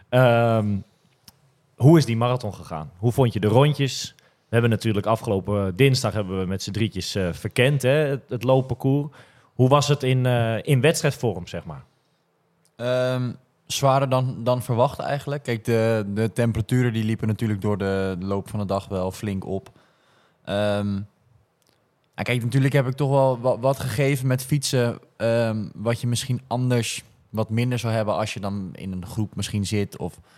Hoe is die marathon gegaan? Hoe vond je de rondjes? We hebben natuurlijk afgelopen dinsdag hebben we met z'n drietjes verkend, hè, het loopparcours. Hoe was het in wedstrijdvorm, zeg maar? Zwaarder dan verwacht eigenlijk. Kijk, de temperaturen die liepen natuurlijk door de loop van de dag wel flink op. Kijk, natuurlijk heb ik toch wel wat gegeven met fietsen. Wat je misschien anders wat minder zou hebben als je dan in een groep misschien zit.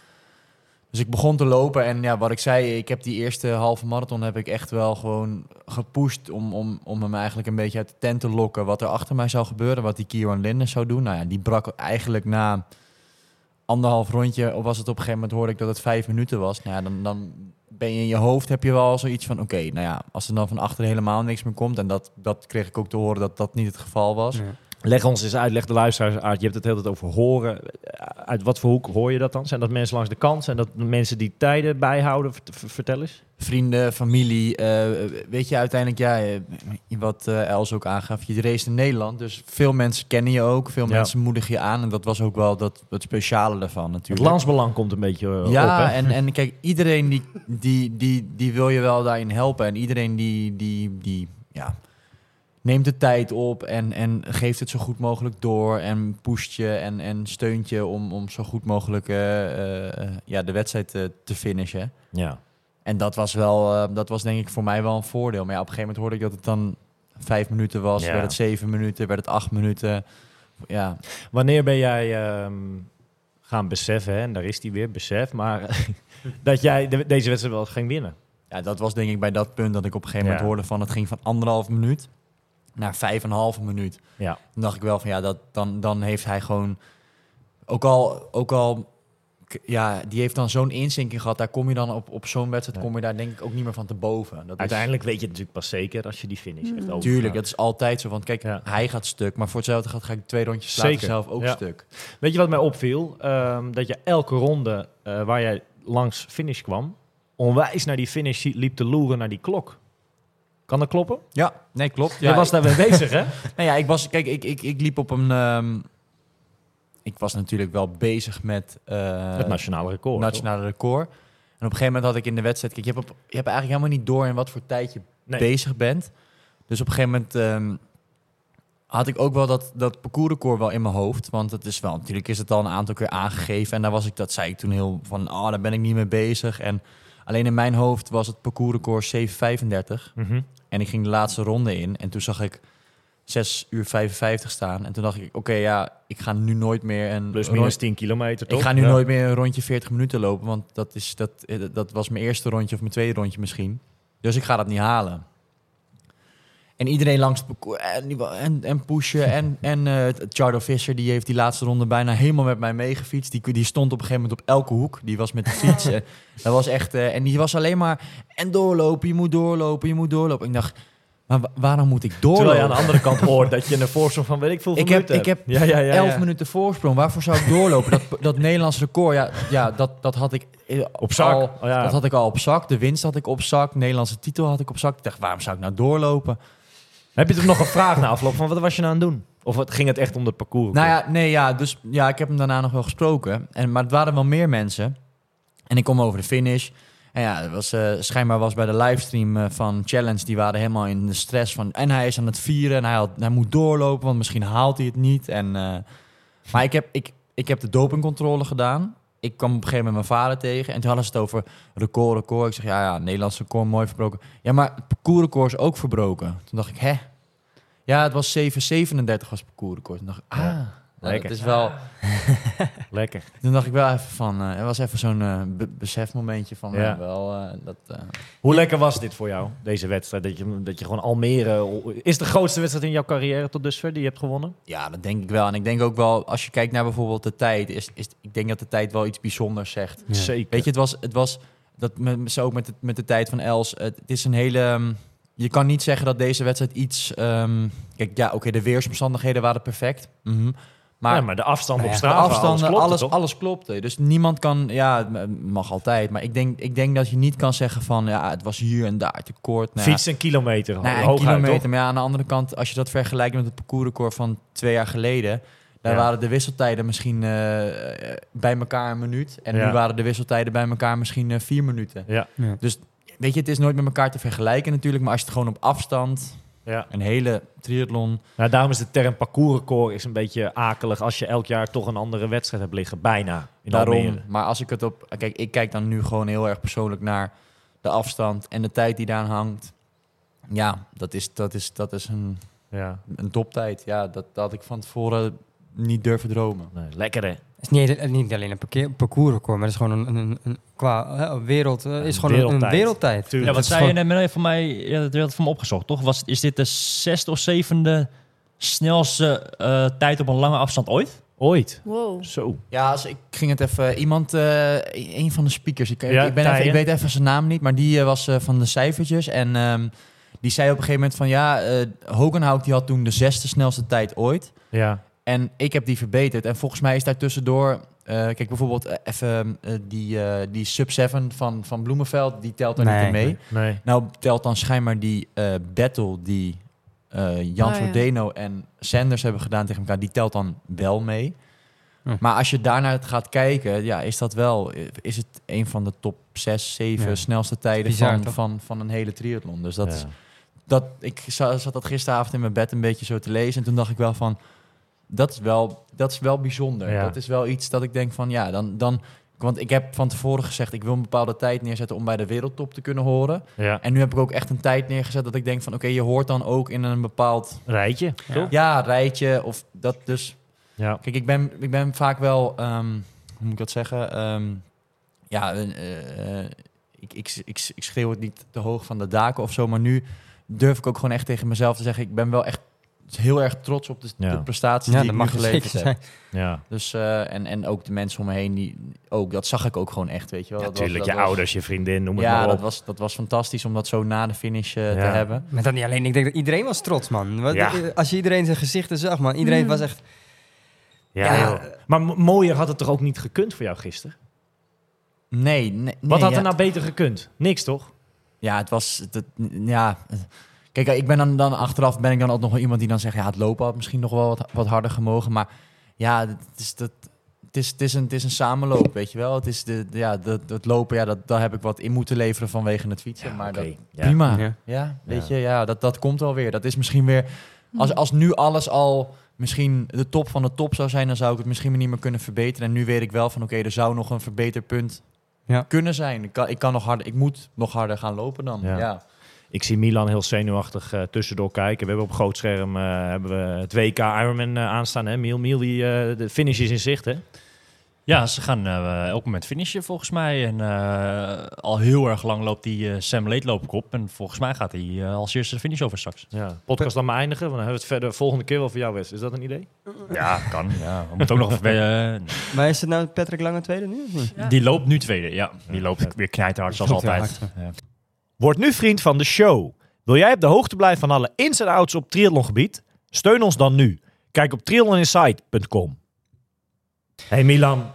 Dus ik begon te lopen en ja, wat ik zei, ik heb die eerste halve marathon heb ik echt wel gewoon gepusht om hem eigenlijk een beetje uit de tent te lokken. Wat er achter mij zou gebeuren, wat die Kieran Linden zou doen. Nou ja, die brak eigenlijk na 1,5 rondje, of was het op een gegeven moment, hoorde ik dat het 5 minuten was. Nou ja, dan ben je in je hoofd, heb je wel zoiets van, oké, nou ja, als er dan van achter helemaal niks meer komt, en dat kreeg ik ook te horen dat dat niet het geval was. Ja. Leg ons eens uit, leg de luisteraars uit. Je hebt het de hele tijd over horen. Uit wat voor hoek hoor je dat dan? Zijn dat mensen langs de kant? Zijn dat mensen die tijden bijhouden? Vertel eens. Vrienden, familie, weet je, uiteindelijk, wat Els ook aangaf, je race in Nederland, dus veel mensen kennen je ook, veel mensen moedigen je aan, en dat was ook wel het speciale daarvan Het natuurlijk. landsbelang komt een beetje op. Ja, Hè? en kijk, iedereen die wil je wel daarin helpen, en iedereen die neemt de tijd op en geeft het zo goed mogelijk door en pusht je en steunt je om zo goed mogelijk de wedstrijd te finishen. Ja. En dat was wel, dat was denk ik voor mij wel een voordeel. Maar ja, op een gegeven moment hoorde ik dat het dan 5 minuten was, Ja. werd het 7 minuten, werd het 8 minuten. Ja, Wanneer ben jij gaan beseffen, hè? En daar is die weer, besef, maar dat jij deze wedstrijd wel ging winnen? ja, dat was denk ik bij dat punt dat ik op een gegeven moment hoorde van het ging van 1,5 minuut naar 5,5 minuut. Ja. Dan dacht ik wel van ja, dan heeft hij gewoon ook al die heeft dan zo'n inzinking gehad. Daar kom je dan op zo'n wedstrijd, kom je daar denk ik ook niet meer van te boven. Dat Uiteindelijk weet je het natuurlijk pas zeker als je die finish hebt over. tuurlijk, dat is altijd zo. Want kijk, Ja. hij gaat stuk, maar voor hetzelfde ga ik 2 rondjes later Zeker. zelf ook Ja. stuk. Weet je wat mij opviel? Dat je elke ronde waar jij langs finish kwam, onwijs naar die finish liep te loeren naar die klok. Kan dat kloppen? Ja, nee, klopt. Jij was daar mee bezig, hè? Nou ja, ik liep op een ik was natuurlijk wel bezig met Het nationale record. nationale record. En op een gegeven moment had ik in de wedstrijd... Kijk, je hebt eigenlijk helemaal niet door in wat voor tijd je bezig bent. Dus op een gegeven moment had ik ook wel dat parcoursrecord wel in mijn hoofd. Want het is wel, natuurlijk is het al een aantal keer aangegeven. En daar was ik, dat zei ik toen heel van, daar ben ik niet mee bezig. En alleen in mijn hoofd was het parcoursrecord 7:35. Mhm. En ik ging de laatste ronde in. En toen zag ik 6:55 staan. En toen dacht ik, oké, ja, ik ga nu nooit meer een... Plus minus 10 kilometer, toch? Ik ga nu nooit meer een rondje 40 minuten lopen. Want dat was mijn eerste rondje of mijn tweede rondje misschien. Dus ik ga dat niet halen. En iedereen langs het parcours en pushen. En Chardo Visser, die heeft die laatste ronde bijna helemaal met mij meegefietst. Die stond op een gegeven moment op elke hoek. Die was met de fiets. Dat was echt... en die was alleen maar... En doorlopen, je moet doorlopen, je moet doorlopen. Ik dacht, maar waarom moet ik doorlopen? Terwijl je aan de andere kant hoort dat je een voorsprong van weet ik veel minuten Ik heb hebt. 11 minuten voorsprong. Waarvoor zou ik doorlopen? Dat Nederlands record, dat had ik Op zak. al, dat had ik al op zak. De winst had ik op zak. Nederlandse titel had ik op zak. Ik dacht, waarom zou ik nou doorlopen? Heb je toen nog een vraag na afloop van wat was je nou aan het doen? Of ging het echt om het parcours? Dus ik heb hem daarna nog wel gesproken. Maar het waren wel meer mensen. En ik kom over de finish. En ja, het was, schijnbaar was bij de livestream van Challenge, die waren helemaal in de stress van... En hij is aan het vieren en hij moet doorlopen, want misschien haalt hij het niet. Maar ik heb de dopingcontrole gedaan. Ik kwam op een gegeven moment mijn vader tegen en toen hadden ze het over record. Ik zeg, ja, Nederlands record, mooi verbroken. Ja, maar het parcoursrecord is ook verbroken. Toen dacht ik, hè? Ja, het was 7:37 was het parcoursrecord. Toen dacht ik, lekker. Het is wel... Lekker. Toen dacht ik wel even van... er was even zo'n besefmomentje van... Hoe lekker was dit voor jou, deze wedstrijd? Dat je gewoon Almere... Is de grootste wedstrijd in jouw carrière tot dusver die je hebt gewonnen? Ja, dat denk ik wel. En ik denk ook wel, als je kijkt naar bijvoorbeeld de tijd... ik denk dat de tijd wel iets bijzonders zegt. Ja. Zeker. Weet je, het was dat zo ook met de tijd van Els. Het is een hele... je kan niet zeggen dat deze wedstrijd iets... kijk, ja, oké, de weersomstandigheden waren perfect. Maar de afstand op de straat, afstanden, alles klopte. Dus niemand kan... Ja, het mag altijd. Maar ik denk dat je niet kan zeggen van... Ja, het was hier en daar te kort. Fiets een kilometer. Een kilometer. Maar ja, aan de andere kant... Als je dat vergelijkt met het parcoursrecord van 2 jaar geleden... Daar waren de wisseltijden misschien bij elkaar een minuut. En nu waren de wisseltijden bij elkaar misschien 4 minuten. Ja. Dus weet je, het is nooit met elkaar te vergelijken natuurlijk. Maar als je het gewoon op afstand... Ja. Een hele triathlon. Nou, daarom is de term parcoursrecord is een beetje akelig als je elk jaar toch een andere wedstrijd hebt liggen. Bijna. Daarom. Maar als ik het op... Kijk, ik kijk dan nu gewoon heel erg persoonlijk naar de afstand en de tijd die daar hangt. Ja, dat is een toptijd. Ja, dat had ik van tevoren niet durven dromen. Nee, lekker hè? Het is niet alleen een parcoursrecord, maar het is gewoon een qua wereld. Is gewoon een wereldtijd. Tuurlijk. Ja, wat zei je net meneer van mij? Ja, dat werd van me opgezocht, toch? Is dit de 6e of 7e snelste tijd op een lange afstand ooit? Ooit. Wow. Zo. Ja, ik ging het even... Iemand, een van de speakers, ik weet even zijn naam niet, maar die was van de cijfertjes. En die zei op een gegeven moment van... Ja, Hogenhout die had toen de 6e snelste tijd ooit. Ja. En ik heb die verbeterd. En volgens mij is daar tussendoor... kijk, bijvoorbeeld die sub-7 van Bloemenveld... die telt er niet in mee. Nee. Nou telt dan schijnbaar die battle... die Jan Frodeno en Sanders hebben gedaan tegen elkaar... die telt dan wel mee. Maar als je daarnaar gaat kijken... ja, is het een van de top 6, 7 snelste tijden... Bizar, van een hele triathlon. Dus ik zat dat gisteravond in mijn bed een beetje zo te lezen... en toen dacht ik wel van... Dat is wel bijzonder. Ja. Dat is wel iets dat ik denk van... ja, dan want ik heb van tevoren gezegd... ik wil een bepaalde tijd neerzetten om bij de wereldtop te kunnen horen. Ja. En nu heb ik ook echt een tijd neergezet dat ik denk van... oké, je hoort dan ook in een bepaald... Rijtje, toch? Ja, rijtje of dat dus... Ja. Kijk, ik ben vaak wel... hoe moet ik dat zeggen? Ik schreeuw het niet te hoog van de daken of zo... maar nu durf ik ook gewoon echt tegen mezelf te zeggen... ik ben wel echt heel erg trots op de prestaties die ik nu geleverd heb. Ja. Dus, en ook de mensen om me heen, dat zag ik ook gewoon echt, weet je wel. Natuurlijk, je ouders, je vriendin, noem het maar op. Dat was fantastisch om dat zo na de finish te hebben. Maar dat niet alleen, ik denk dat iedereen was trots, man. Ja. Als je iedereen zijn gezichten zag, man. Iedereen was echt... Ja. Maar mooier had het toch ook niet gekund voor jou gisteren? Nee. Wat had er nou beter gekund? Niks, toch? Ja, het was... Kijk, ik ben dan achteraf ben ik dan ook nog wel iemand die dan zegt... ja, het lopen had misschien nog wel wat harder gemogen. Maar Het is een samenloop, weet je wel. Het is het lopen, daar heb ik wat in moeten leveren vanwege het fietsen. Ja, maar oké. dat, Ja. prima. Ja. Ja, weet je, dat komt wel weer. Dat is misschien weer... Als nu alles al misschien de top van de top zou zijn, dan zou ik het misschien niet meer kunnen verbeteren. En nu weet ik wel van, oké, er zou nog een verbeterpunt kunnen zijn. Ik moet nog harder gaan lopen dan. Ja. Ja. Ik zie Milan heel zenuwachtig tussendoor kijken. We hebben op groot scherm hebben we het WK Ironman aanstaan. Hè? Miel, de finish is in zicht, hè? Ja, ze gaan elk moment finishen volgens mij. En al heel erg lang loopt die Sam Leedloopkop. En volgens mij gaat hij als eerste de finish over straks. Ja. Podcast dan maar eindigen, want dan hebben we het verder volgende keer wel voor jou, Wes. Is dat een idee? Ja, kan. Ja. We moeten ook nog... Maar is het nou Patrick Lange tweede nu of niet? Ja. Die loopt nu tweede, ja. Die loopt weer knijterhard zoals Loopt weer altijd. hard, Ja. Word nu vriend van de show. Wil jij op de hoogte blijven van alle ins en outs op triathlongebied? Steun ons dan nu. Kijk op triathloninsight.com. Hey Milan.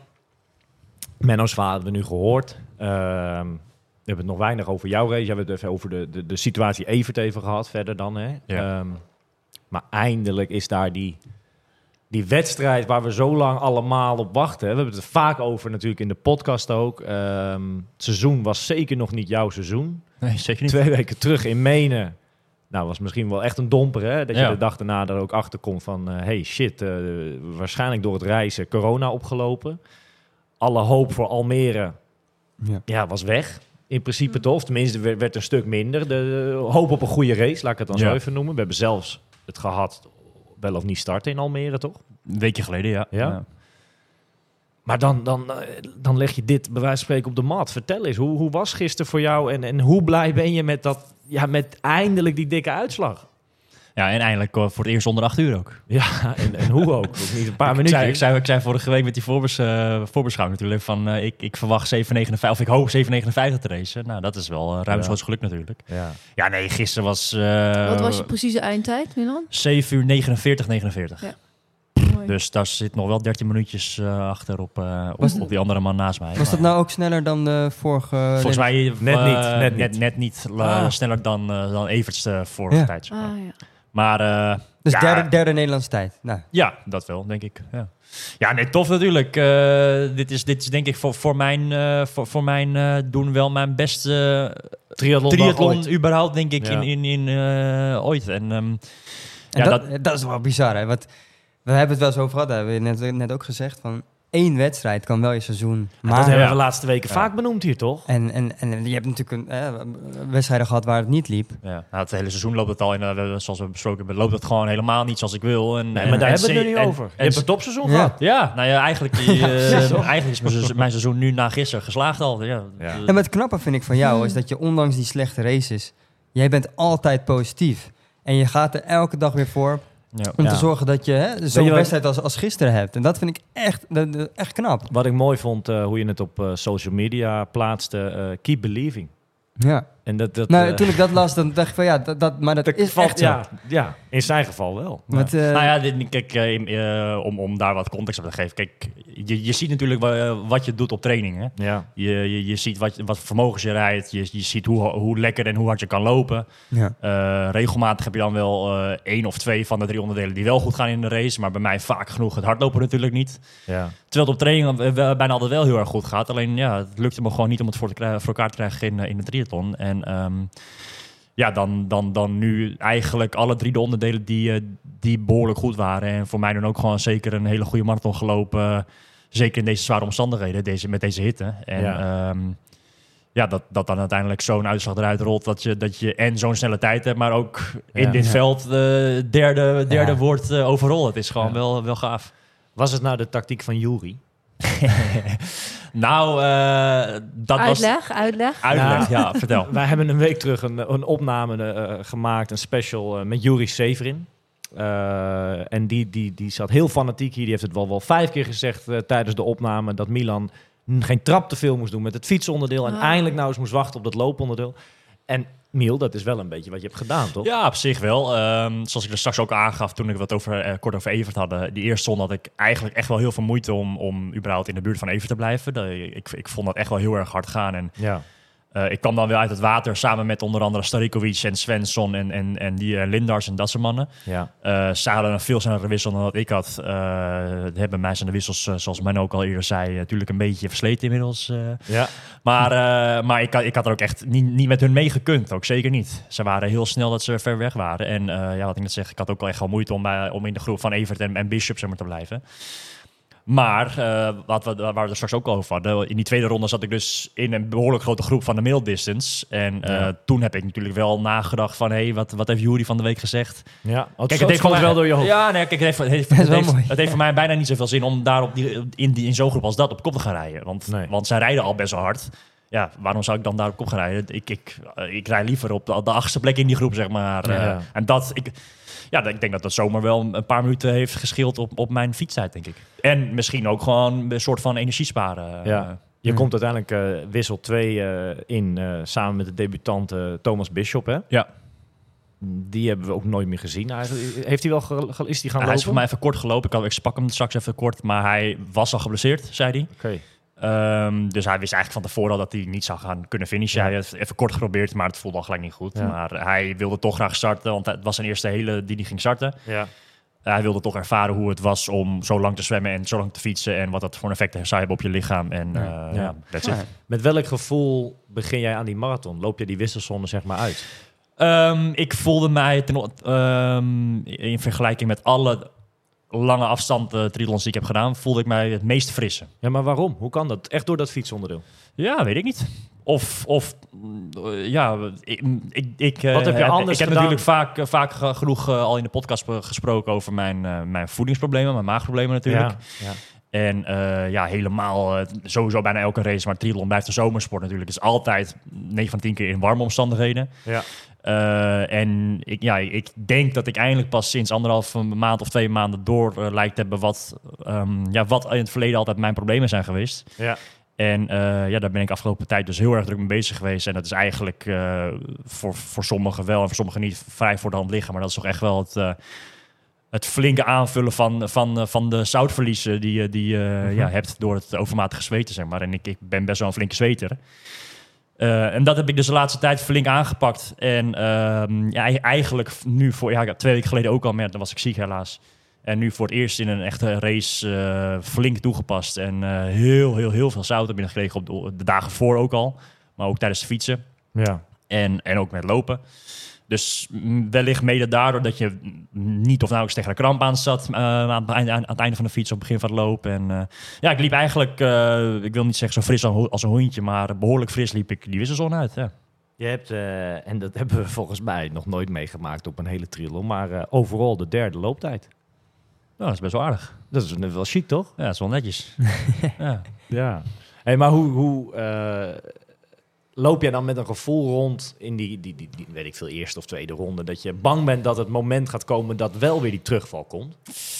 Menno's verhaal hebben we nu gehoord. We hebben het nog weinig over jouw race. We hebben het even over de situatie Evert even gehad verder dan. Hè? Ja. Maar eindelijk is daar die wedstrijd waar we zo lang allemaal op wachten. We hebben het er vaak over natuurlijk in de podcast ook. Het seizoen was zeker nog niet jouw seizoen. Nee, zeker niet. 2 weken terug in Menen. Nou, was misschien wel echt een domper, hè? Dat je Ja. de dag daarna er ook achter komt van... hey, shit, waarschijnlijk door het reizen corona opgelopen. Alle hoop voor Almere was weg. In principe toch. Tenminste, werd een stuk minder. De hoop op een goede race, laat ik het dan zo even noemen. We hebben zelfs het gehad, wel of niet starten in Almere, toch? Een weekje geleden, ja. Ja. Maar dan leg je dit bij wijze van spreken op de mat. Vertel eens, hoe was gisteren voor jou en hoe blij ben je met dat, met eindelijk die dikke uitslag? Ja, en eindelijk voor het eerst onder 8 uur ook. Ja, en hoe ook? Ook niet een paar minuten. Ik zei vorige week met die voorbeschouwing natuurlijk van ik verwacht 7,59 of ik hoop 7,59 te racen. Nou, dat is wel ruimschoots geluk natuurlijk. Ja. Ja, nee, gisteren was... Wat was je precieze eindtijd, Milan? 7 uur 49. Ja. Mooi. Dus daar zit nog wel 13 minuutjes achter op die andere man naast mij. Was dat nou ook sneller dan de vorige... Volgens mij Net niet. Sneller dan Everts vorige tijd. Ah, ja. Maar Dus ja, derde Nederlandse tijd. Nou, ja, dat wel, denk ik. Ja, nee, tof natuurlijk. Dit is denk ik voor mijn doen wel mijn beste triathlon überhaupt, denk ik, Ja. in ooit. En en dat is wel bizar, hè? Want we hebben het wel eens over gehad, hebben we net ook gezegd, van 1 wedstrijd kan wel je seizoen Dat maken. hebben we de laatste weken vaak benoemd hier, toch? En je hebt natuurlijk wedstrijden gehad waar het niet liep. ja, nou, het hele seizoen loopt het al, en zoals we besproken hebben, loopt het gewoon helemaal niet zoals ik wil. Nee, maar daar hebben we het nu niet over. Je hebt een topseizoen gehad. Ja, nou ja, eigenlijk is mijn seizoen nu na gisteren geslaagd al. Ja. Ja. En het knappe vind ik van jou is dat je ondanks die slechte races, jij bent altijd positief. En je gaat er elke dag weer voor Ja. om te zorgen dat je zo'n je wat- wedstrijd als gisteren hebt. En dat vind ik echt knap. Wat ik mooi vond, hoe je het op social media plaatste, keep believing. Ja. En dat Toen ik dat las, dan dacht ik van ja, maar dat is echt zo. Ja, in zijn geval wel. Want, Nou ja, kijk, om daar wat context op te geven. Kijk, je ziet natuurlijk wat je doet op training. Hè? Ja. Je ziet wat vermogens je rijdt. Je ziet hoe lekker en hoe hard je kan lopen. ja. Regelmatig heb je dan wel 1 of 2 van de 3 onderdelen die wel goed gaan in de race. Maar bij mij vaak genoeg het hardlopen natuurlijk niet. Ja. Terwijl het op training bijna altijd wel heel erg goed gaat. Alleen ja, het lukte me gewoon niet om het voor elkaar te krijgen in de triathlon. En dan nu eigenlijk alle 3 de onderdelen die behoorlijk goed waren. En voor mij dan ook gewoon zeker een hele goede marathon gelopen. Zeker in deze zware omstandigheden, met deze hitte. En dat dan uiteindelijk zo'n uitslag eruit rolt dat je en zo'n snelle tijd hebt, maar ook in dit veld derde wordt overal. Het is gewoon wel gaaf. Was het nou de tactiek van Juri? Nou, dat Uitleg. was... Uitleg, Nou, ja, vertel. Wij hebben een week terug een opname gemaakt, een special met Juri Severin. En die zat heel fanatiek hier. Die heeft het wel 5 keer gezegd tijdens de opname dat Milan geen trap te veel moest doen met het fietsonderdeel. En eindelijk nou eens moest wachten op dat looponderdeel. En Miel, dat is wel een beetje wat je hebt gedaan, toch? Ja, op zich wel. Zoals ik er straks ook aangaf toen ik wat kort over Evert hadden. Die eerste zonde had ik eigenlijk echt wel heel veel moeite om überhaupt in de buurt van Evert te blijven. Ik vond dat echt wel heel erg hard gaan. En Ja. Ik kwam dan weer uit het water samen met onder andere Starikovic en Svensson en die Lindars en dat soort mannen. Ja. Ze hadden een veel snellere wissel dan wat ik had. Bij mij zijn de wissels, zoals men ook al eerder zei, natuurlijk een beetje versleten inmiddels. Ja. Maar ik had er ook echt niet met hun meegekund. Ook zeker niet. Ze waren heel snel dat ze ver weg waren. En wat ik net zeg, ik had ook al echt wel moeite om in de groep van Evert en Bishop zeg maar, te blijven. Maar, waar we er straks ook over hadden, in die tweede ronde zat ik dus in een behoorlijk grote groep van de middle distance. En toen heb ik natuurlijk wel nagedacht van, wat heeft Juri van de week gezegd? Ja, Kijk, het heeft wel door je hoofd. Ja, nee, kijk, het heeft voor mij bijna niet zoveel zin om daar in zo'n groep als dat op kop te gaan rijden. Want zij rijden al best wel hard. Ja, waarom zou ik dan daar op kop gaan rijden? Ik rij liever op de achtste plek in die groep, zeg maar. Ja. En ik denk dat dat zomaar wel een paar minuten heeft gescheeld op mijn fietstijd, denk ik. En misschien ook gewoon een soort van energie sparen. Ja. Je komt uiteindelijk wissel 2 in, samen met de debutant Thomas Bishop, hè? Ja. Die hebben we ook nooit meer gezien. Heeft hij wel is hij gaan lopen? Hij is voor mij even kort gelopen. Ik sprak hem straks even kort, maar hij was al geblesseerd, zei hij. Oké. Dus hij wist eigenlijk van tevoren al dat hij niet zou gaan kunnen finishen. Hij heeft even kort geprobeerd, maar het voelde al gelijk niet goed. Ja. Maar hij wilde toch graag starten, want het was zijn eerste hele die hij ging starten. Ja. Hij wilde toch ervaren hoe het was om zo lang te zwemmen en zo lang te fietsen en wat dat voor een effect zou hebben op je lichaam. En that's it. Met welk gevoel begin jij aan die marathon? Loop je die wisselzone zeg maar uit? Ik voelde mij in vergelijking met alle lange afstand triathlons die ik heb gedaan, voelde ik mij het meest frisse. Ja, maar waarom? Hoe kan dat? Echt door dat fietsonderdeel? Ja, weet ik niet. Ik Wat heb je anders Ik heb gedaan? natuurlijk vaak genoeg al in de podcast gesproken over mijn voedingsproblemen, mijn maagproblemen natuurlijk. Ja. En helemaal, sowieso bijna elke race, maar triathlon blijft een zomersport natuurlijk. Het is altijd 9 van 10 keer in warme omstandigheden. Ja. Ik denk dat ik eindelijk pas sinds 1,5 maand of 2 maanden door lijkt te hebben wat in het verleden altijd mijn problemen zijn geweest. Ja. En daar ben ik afgelopen tijd dus heel erg druk mee bezig geweest. En dat is eigenlijk voor sommigen wel en voor sommigen niet vrij voor de hand liggen. Maar dat is toch echt wel het flinke aanvullen van de zoutverliezen die je hebt door het overmatige zweten, zeg maar. En ik ben best wel een flinke zweter. En dat heb ik dus de laatste tijd flink aangepakt. En eigenlijk nu ik heb 2 weken geleden ook al, maar dan was ik ziek helaas. En nu voor het eerst in een echte race flink toegepast. En heel, heel, heel veel zout binnengekregen op de dagen voor ook al. Maar ook tijdens het fietsen. Ja. En ook met lopen. Dus wellicht mede daardoor dat je niet of nauwelijks tegen de kramp aan zat aan het einde van de fiets, op het begin van het lopen. En ik liep eigenlijk, ik wil niet zeggen zo fris als een hondje, maar behoorlijk fris liep ik die wisselzone uit. Ja. Je hebt, en dat hebben we volgens mij nog nooit meegemaakt op een hele triathlon, maar overal de 3e looptijd. Nou, dat is best wel aardig. Dat is wel chic, toch? Ja, dat is wel netjes. Ja. Ja. Hey, maar hoe loop jij dan met een gevoel rond in die weet ik veel, eerste of tweede ronde, dat je bang bent dat het moment gaat komen dat wel weer die terugval komt?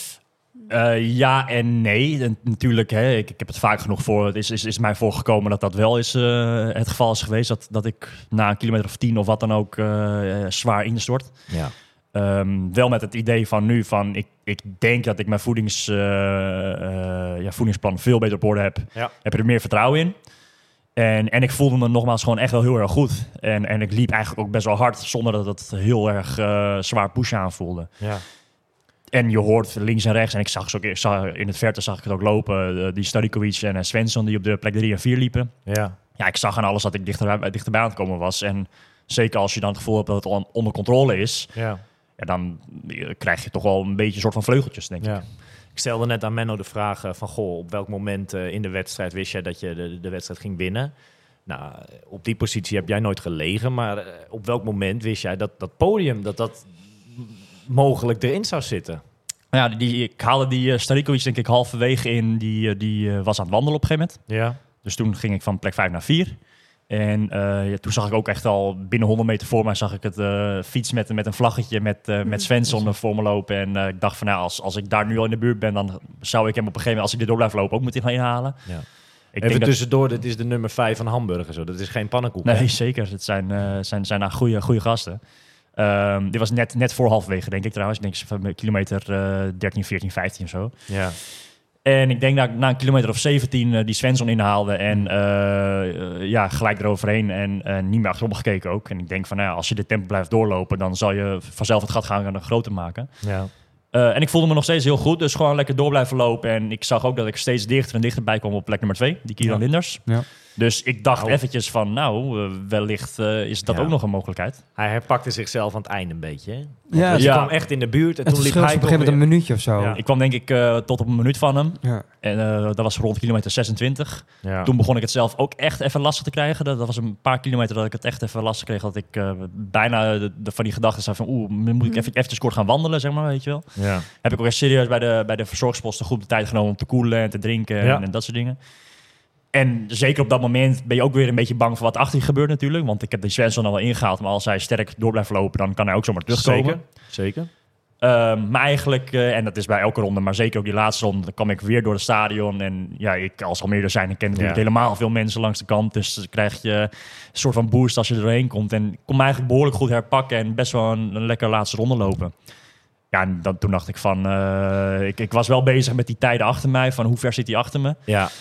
Ja en nee. En natuurlijk, ik heb het vaak genoeg voor. Het is mij voorgekomen dat wel eens het geval is geweest. Dat ik na een kilometer of 10 of wat dan ook zwaar instort. Ja. Wel met het idee van nu van ik denk dat ik mijn voedingsplan veel beter op orde heb. Ja. Heb er meer vertrouwen in. En ik voelde me nogmaals gewoon echt wel heel erg goed. En ik liep eigenlijk ook best wel hard zonder dat het heel erg zwaar push aanvoelde. Ja. En je hoort links en rechts, en ik zag in het verte zag ik het ook lopen, die Starikovic en Svensson die op de plek 3 en 4 liepen. Ja. Ja, ik zag aan alles dat ik dichterbij aan het komen was. En zeker als je dan het gevoel hebt dat het onder controle is, Ja. dan krijg je toch wel een beetje een soort van vleugeltjes, denk ik. Ja. Ik stelde net aan Menno de vraag van, op welk moment in de wedstrijd wist jij dat je de wedstrijd ging winnen? Nou, op die positie heb jij nooit gelegen, maar op welk moment wist jij dat podium, dat mogelijk erin zou zitten? Ja, ik haalde die Starikovic denk ik halverwege in, die was aan het wandelen op een gegeven moment. Ja. Dus toen ging ik van plek 5 naar 4. En toen zag ik ook echt al binnen 100 meter voor mij zag ik het fiets met een vlaggetje met Svensson voor me lopen. En ik dacht van als ik daar nu al in de buurt ben, dan zou ik hem op een gegeven moment, als ik dit door blijf lopen, ook moeten gaan inhalen. Ja. Ik Even denk tussendoor, dit is de nummer 5 van Hamburger. Zo. Dat is geen pannenkoek. Nee, hè? zeker. Het zijn goede gasten. Dit was net voor halverwege, denk ik trouwens. Ik denk van kilometer 13, 14, 15 of zo. Ja. En ik denk dat ik na een kilometer of 17 die Svensson inhaalde en gelijk eroverheen en niet meer achterom gekeken ook. En ik denk van, nou ja, als je dit tempo blijft doorlopen, dan zal je vanzelf het gat gaan groter maken. Ja. En ik voelde me nog steeds heel goed, dus gewoon lekker door blijven lopen. En ik zag ook dat ik steeds dichter en dichterbij kwam op plek nummer 2, die Kieran Linders. Ja. Dus ik dacht eventjes van, wellicht is dat ook nog een mogelijkheid. Hij herpakte zichzelf aan het einde een beetje. Hè? Ja, Dus ja. je kwam echt in de buurt en het toen liep verschil hij is op een gegeven moment een minuutje of zo. Ja. Ik kwam denk ik tot op een minuut van hem. Ja. En dat was rond kilometer 26. Ja. Toen begon ik het zelf ook echt even lastig te krijgen. Dat was een paar kilometer dat ik het echt even lastig kreeg. Dat ik bijna van die gedachten zei van... moet ik eventjes kort gaan wandelen, zeg maar, weet je wel. Ja. Heb ik ook echt serieus bij de verzorgingsposten goed de tijd genomen om te koelen en te drinken en dat soort dingen. En zeker op dat moment ben je ook weer een beetje bang voor wat achter je gebeurt natuurlijk. Want ik heb die Svensson al wel ingehaald. Maar als hij sterk door blijft lopen, dan kan hij ook zomaar terugkomen. Zeker. Maar eigenlijk, en dat is bij elke ronde, maar zeker ook die laatste ronde, dan kwam ik weer door het stadion. En ja, ik als Almere zijn, ik ken natuurlijk helemaal veel mensen langs de kant. Dus dan krijg je een soort van boost als je er doorheen komt. En ik kon me eigenlijk behoorlijk goed herpakken en best wel een lekker laatste ronde lopen. Ja, en toen dacht ik van, ik was wel bezig met die tijden achter mij, van hoe ver zit hij achter me. Ja.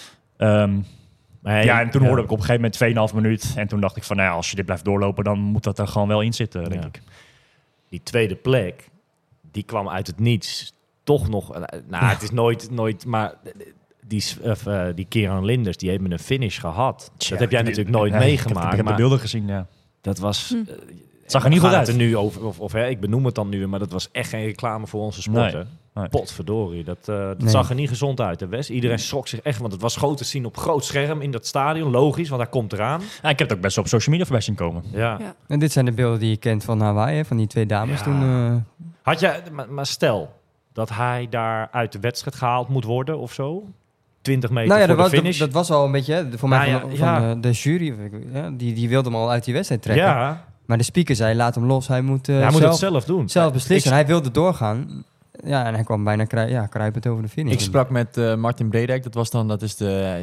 En toen hoorde ik op een gegeven moment 2,5 minuut. En toen dacht ik van, nou ja, als je dit blijft doorlopen, dan moet dat er gewoon wel in zitten, denk ik. Die tweede plek, die kwam uit het niets. Toch nog, het is nooit, maar die Kieran Linders, die heeft me een finish gehad. Dat heb jij natuurlijk nooit meegemaakt. Ik heb de beelden gezien, ja. Dat was... Het zag er niet goed uit. Er nu over, ik benoem het dan nu, maar dat was echt geen reclame voor onze sporten. Nee. Potverdorie, dat zag er niet gezond uit, hè Wes? Iedereen schrok zich echt, want het was groot te zien op groot scherm in dat stadion. Logisch, want hij komt eraan. Ja, ik heb het ook best wel op social media voorbij zien komen. Ja. En dit zijn de beelden die je kent van Hawaii, hè, van die 2 dames toen. Had jij, maar stel dat hij daar uit de wedstrijd gehaald moet worden of zo? 20 meter voor de finish? Dat was al een beetje, hè, voor mij van de jury, die wilde hem al uit die wedstrijd trekken. Ja. Maar de speaker zei, laat hem los, hij moet, hij moet het zelf doen. Zelf beslissen. Hij wilde doorgaan. Ja, en hij kwam bijna kruipend over de finish. Ik sprak met Martin Bredijk, dat is de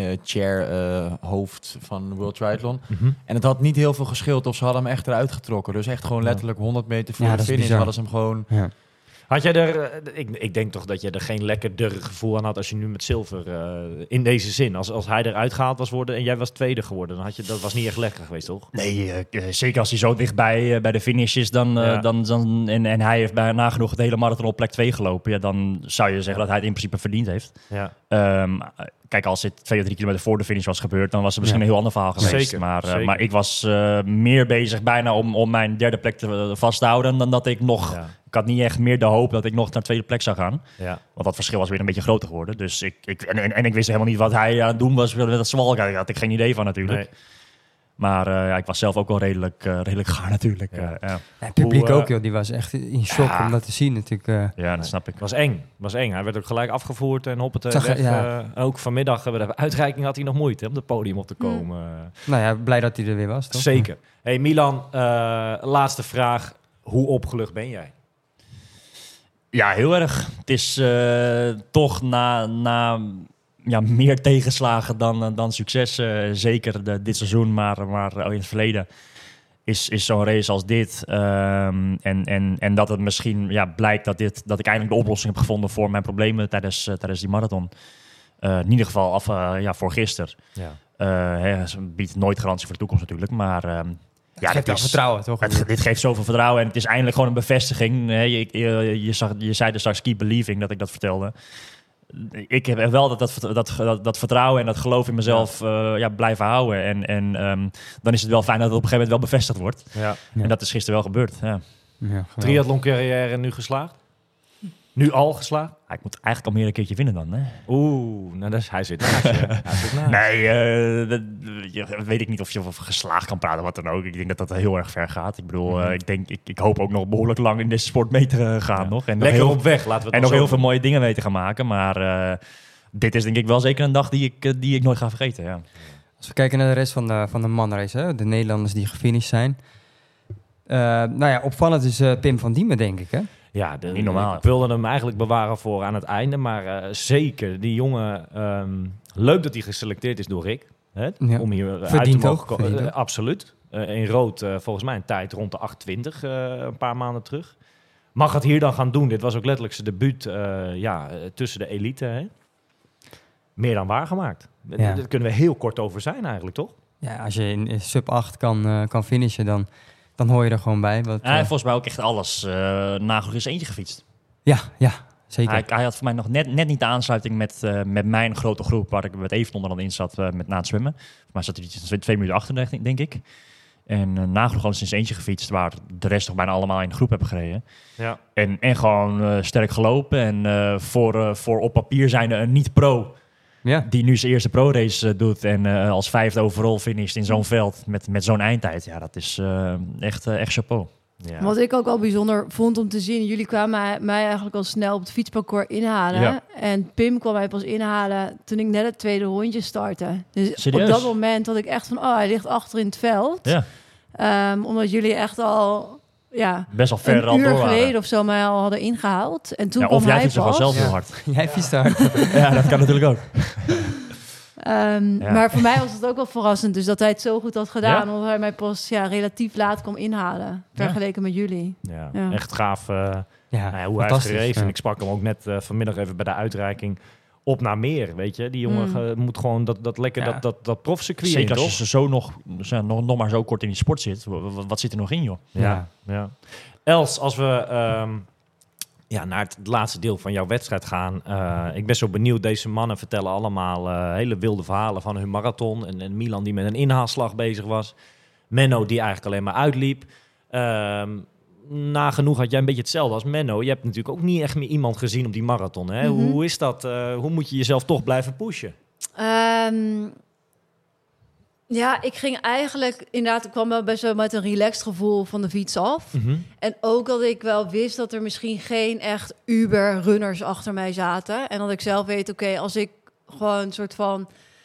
hoofd van World Triathlon. Mm-hmm. En het had niet heel veel gescheeld of ze hadden hem echt eruit getrokken. Dus echt gewoon letterlijk 100 meter voor de finish hadden ze hem gewoon... Ja. Had jij er, ik denk toch dat je er geen lekkerder gevoel aan had als je nu met zilver, in deze zin, als hij eruit gehaald was worden en jij was tweede geworden, dan dat was niet echt lekker geweest, toch? Nee, zeker als hij zo dichtbij bij de finish is, dan en hij heeft bijna nagenoeg het hele marathon op plek 2 gelopen, ja, dan zou je zeggen dat hij het in principe verdiend heeft. Ja. Kijk, als dit 2 of 3 kilometer voor de finish was gebeurd, dan was het misschien een heel ander verhaal geweest. Zeker, maar ik was meer bezig bijna om mijn derde plek vast te houden dan dat ik nog... Ja. Ik had niet echt meer de hoop dat ik nog naar tweede plek zou gaan. Ja. Want dat verschil was weer een beetje groter geworden. Dus ik wist helemaal niet wat hij aan het doen was met dat zwalk. Daar had ik geen idee van natuurlijk. Nee. Maar ik was zelf ook wel redelijk gaar natuurlijk. Ja. Ja, het publiek ook, joh. Die was echt in shock om dat te zien natuurlijk. Ja, dat snap ik. Was eng. Hij werd ook gelijk afgevoerd en hoppatee weg. Ook vanmiddag bij de uitreiking had hij nog moeite om het podium op te komen. Nou ja, blij dat hij er weer was, toch? Zeker. Hey Milan, laatste vraag. Hoe opgelucht ben jij? Ja, heel erg. Het is toch na meer tegenslagen dan succes. Zeker dit seizoen, maar in het verleden is zo'n race als dit. En dat het misschien blijkt dat ik eindelijk de oplossing heb gevonden voor mijn problemen tijdens die marathon. In ieder geval voor gisteren. Ja. Ze biedt nooit garantie voor de toekomst natuurlijk, maar... Ja, dat is vertrouwen, toch? Dit geeft zoveel vertrouwen en het is eindelijk gewoon een bevestiging. Je zei er straks keep believing dat ik dat vertelde. Ik heb wel dat vertrouwen en dat geloof in mezelf blijven houden. En dan is het wel fijn dat het op een gegeven moment wel bevestigd wordt. Ja. En dat is gisteren wel gebeurd. Ja. Ja, triathlon-carrière nu geslaagd? Nu al geslaagd? Ja, ik moet eigenlijk al meer een keertje winnen dan. Hè? Oeh, nou hij zit naast. Nee, weet ik niet of je over geslaagd kan praten, wat dan ook. Ik denk dat dat heel erg ver gaat. Ik bedoel, ik hoop ook nog behoorlijk lang in deze sport mee te gaan nog. En lekker op weg, laten we het en nog heel veel mooie dingen mee te gaan maken. Maar dit is denk ik wel zeker een dag die ik nooit ga vergeten. Ja. Als we kijken naar de rest van de manrace, hè, de Nederlanders die gefinished zijn. Opvallend is Pim van Diemen, denk ik, hè? Ja, niet normaal. Ik wilde hem eigenlijk bewaren voor aan het einde. Maar zeker, die jongen... leuk dat hij geselecteerd is door Rick. Hè? Ja. Om hier Verdient uit te ook. mogen absoluut. In rood volgens mij een tijd rond de 28 een paar maanden terug. Mag het hier dan gaan doen? Dit was ook letterlijk zijn debuut tussen de elite. Hè? meer dan waargemaakt. Ja. Daar kunnen we heel kort over zijn eigenlijk, toch? Ja, als je in sub 8 kan finishen, dan hoor je er gewoon bij. Wat, Hij heeft volgens mij ook echt alles nagenoeg eens eentje gefietst. ja, zeker. Hij had voor mij nog net niet de aansluiting met mijn grote groep, waar ik met Even onder andere in zat na het zwemmen. Voor mij zat hij 2 minuten achter, denk ik. En nagenoeg alles eens eentje gefietst, waar de rest toch bijna allemaal in de groep hebben gereden. Ja. En gewoon sterk gelopen. En voor op papier zijn een niet-pro Ja. die nu zijn eerste pro-race doet en als 5e overall finisht in zo'n veld met zo'n eindtijd. Ja, dat is echt chapeau. Ja. Wat ik ook al bijzonder vond om te zien, jullie kwamen mij eigenlijk al snel op het fietsparcours inhalen. Ja. En Pim kwam mij pas inhalen toen ik net het tweede rondje startte. Dus Serieus? op dat moment had ik echt van, hij ligt achter in het veld. Ja, Omdat jullie echt al best wel ver al een door uur waren. geleden of zo mij al hadden ingehaald. En toen Ja, kwam of jij hij fietst er pas. gewoon zelf heel Ja. hard. Jij fietst hard. Ja, dat kan natuurlijk ook. Ja. Maar voor mij was het ook wel verrassend. Dus dat hij het zo goed had gedaan. Ja? Omdat hij mij pas relatief laat kwam inhalen. Vergeleken met jullie. Ja. Ja. Echt gaaf Ja, hoe hij heeft fantastisch. gereden. Ja. Ik sprak hem ook net vanmiddag even bij de uitreiking op naar meer, weet je. Die jongen moet gewoon dat lekker Ja. dat profcircuit in, Zeker als toch? je zo nog maar zo kort in die sport zit. Wat zit er nog in, joh? Ja. Els, als we naar het laatste deel van jouw wedstrijd gaan. Ik ben zo benieuwd. Deze mannen vertellen allemaal hele wilde verhalen van hun marathon. En Milan die met een inhaalslag bezig was. Menno die eigenlijk alleen maar uitliep. Nagenoeg had jij een beetje hetzelfde als Menno. Je hebt natuurlijk ook niet echt meer iemand gezien op die marathon. Hè? Mhm. Hoe is dat? Hoe moet je jezelf toch blijven pushen? Ik ging eigenlijk inderdaad, ik kwam wel best wel met een relaxed gevoel van de fiets af. En ook dat ik wel wist dat er misschien geen echt Uber-runners achter mij zaten. En dat ik zelf weet, oké, als ik gewoon een soort van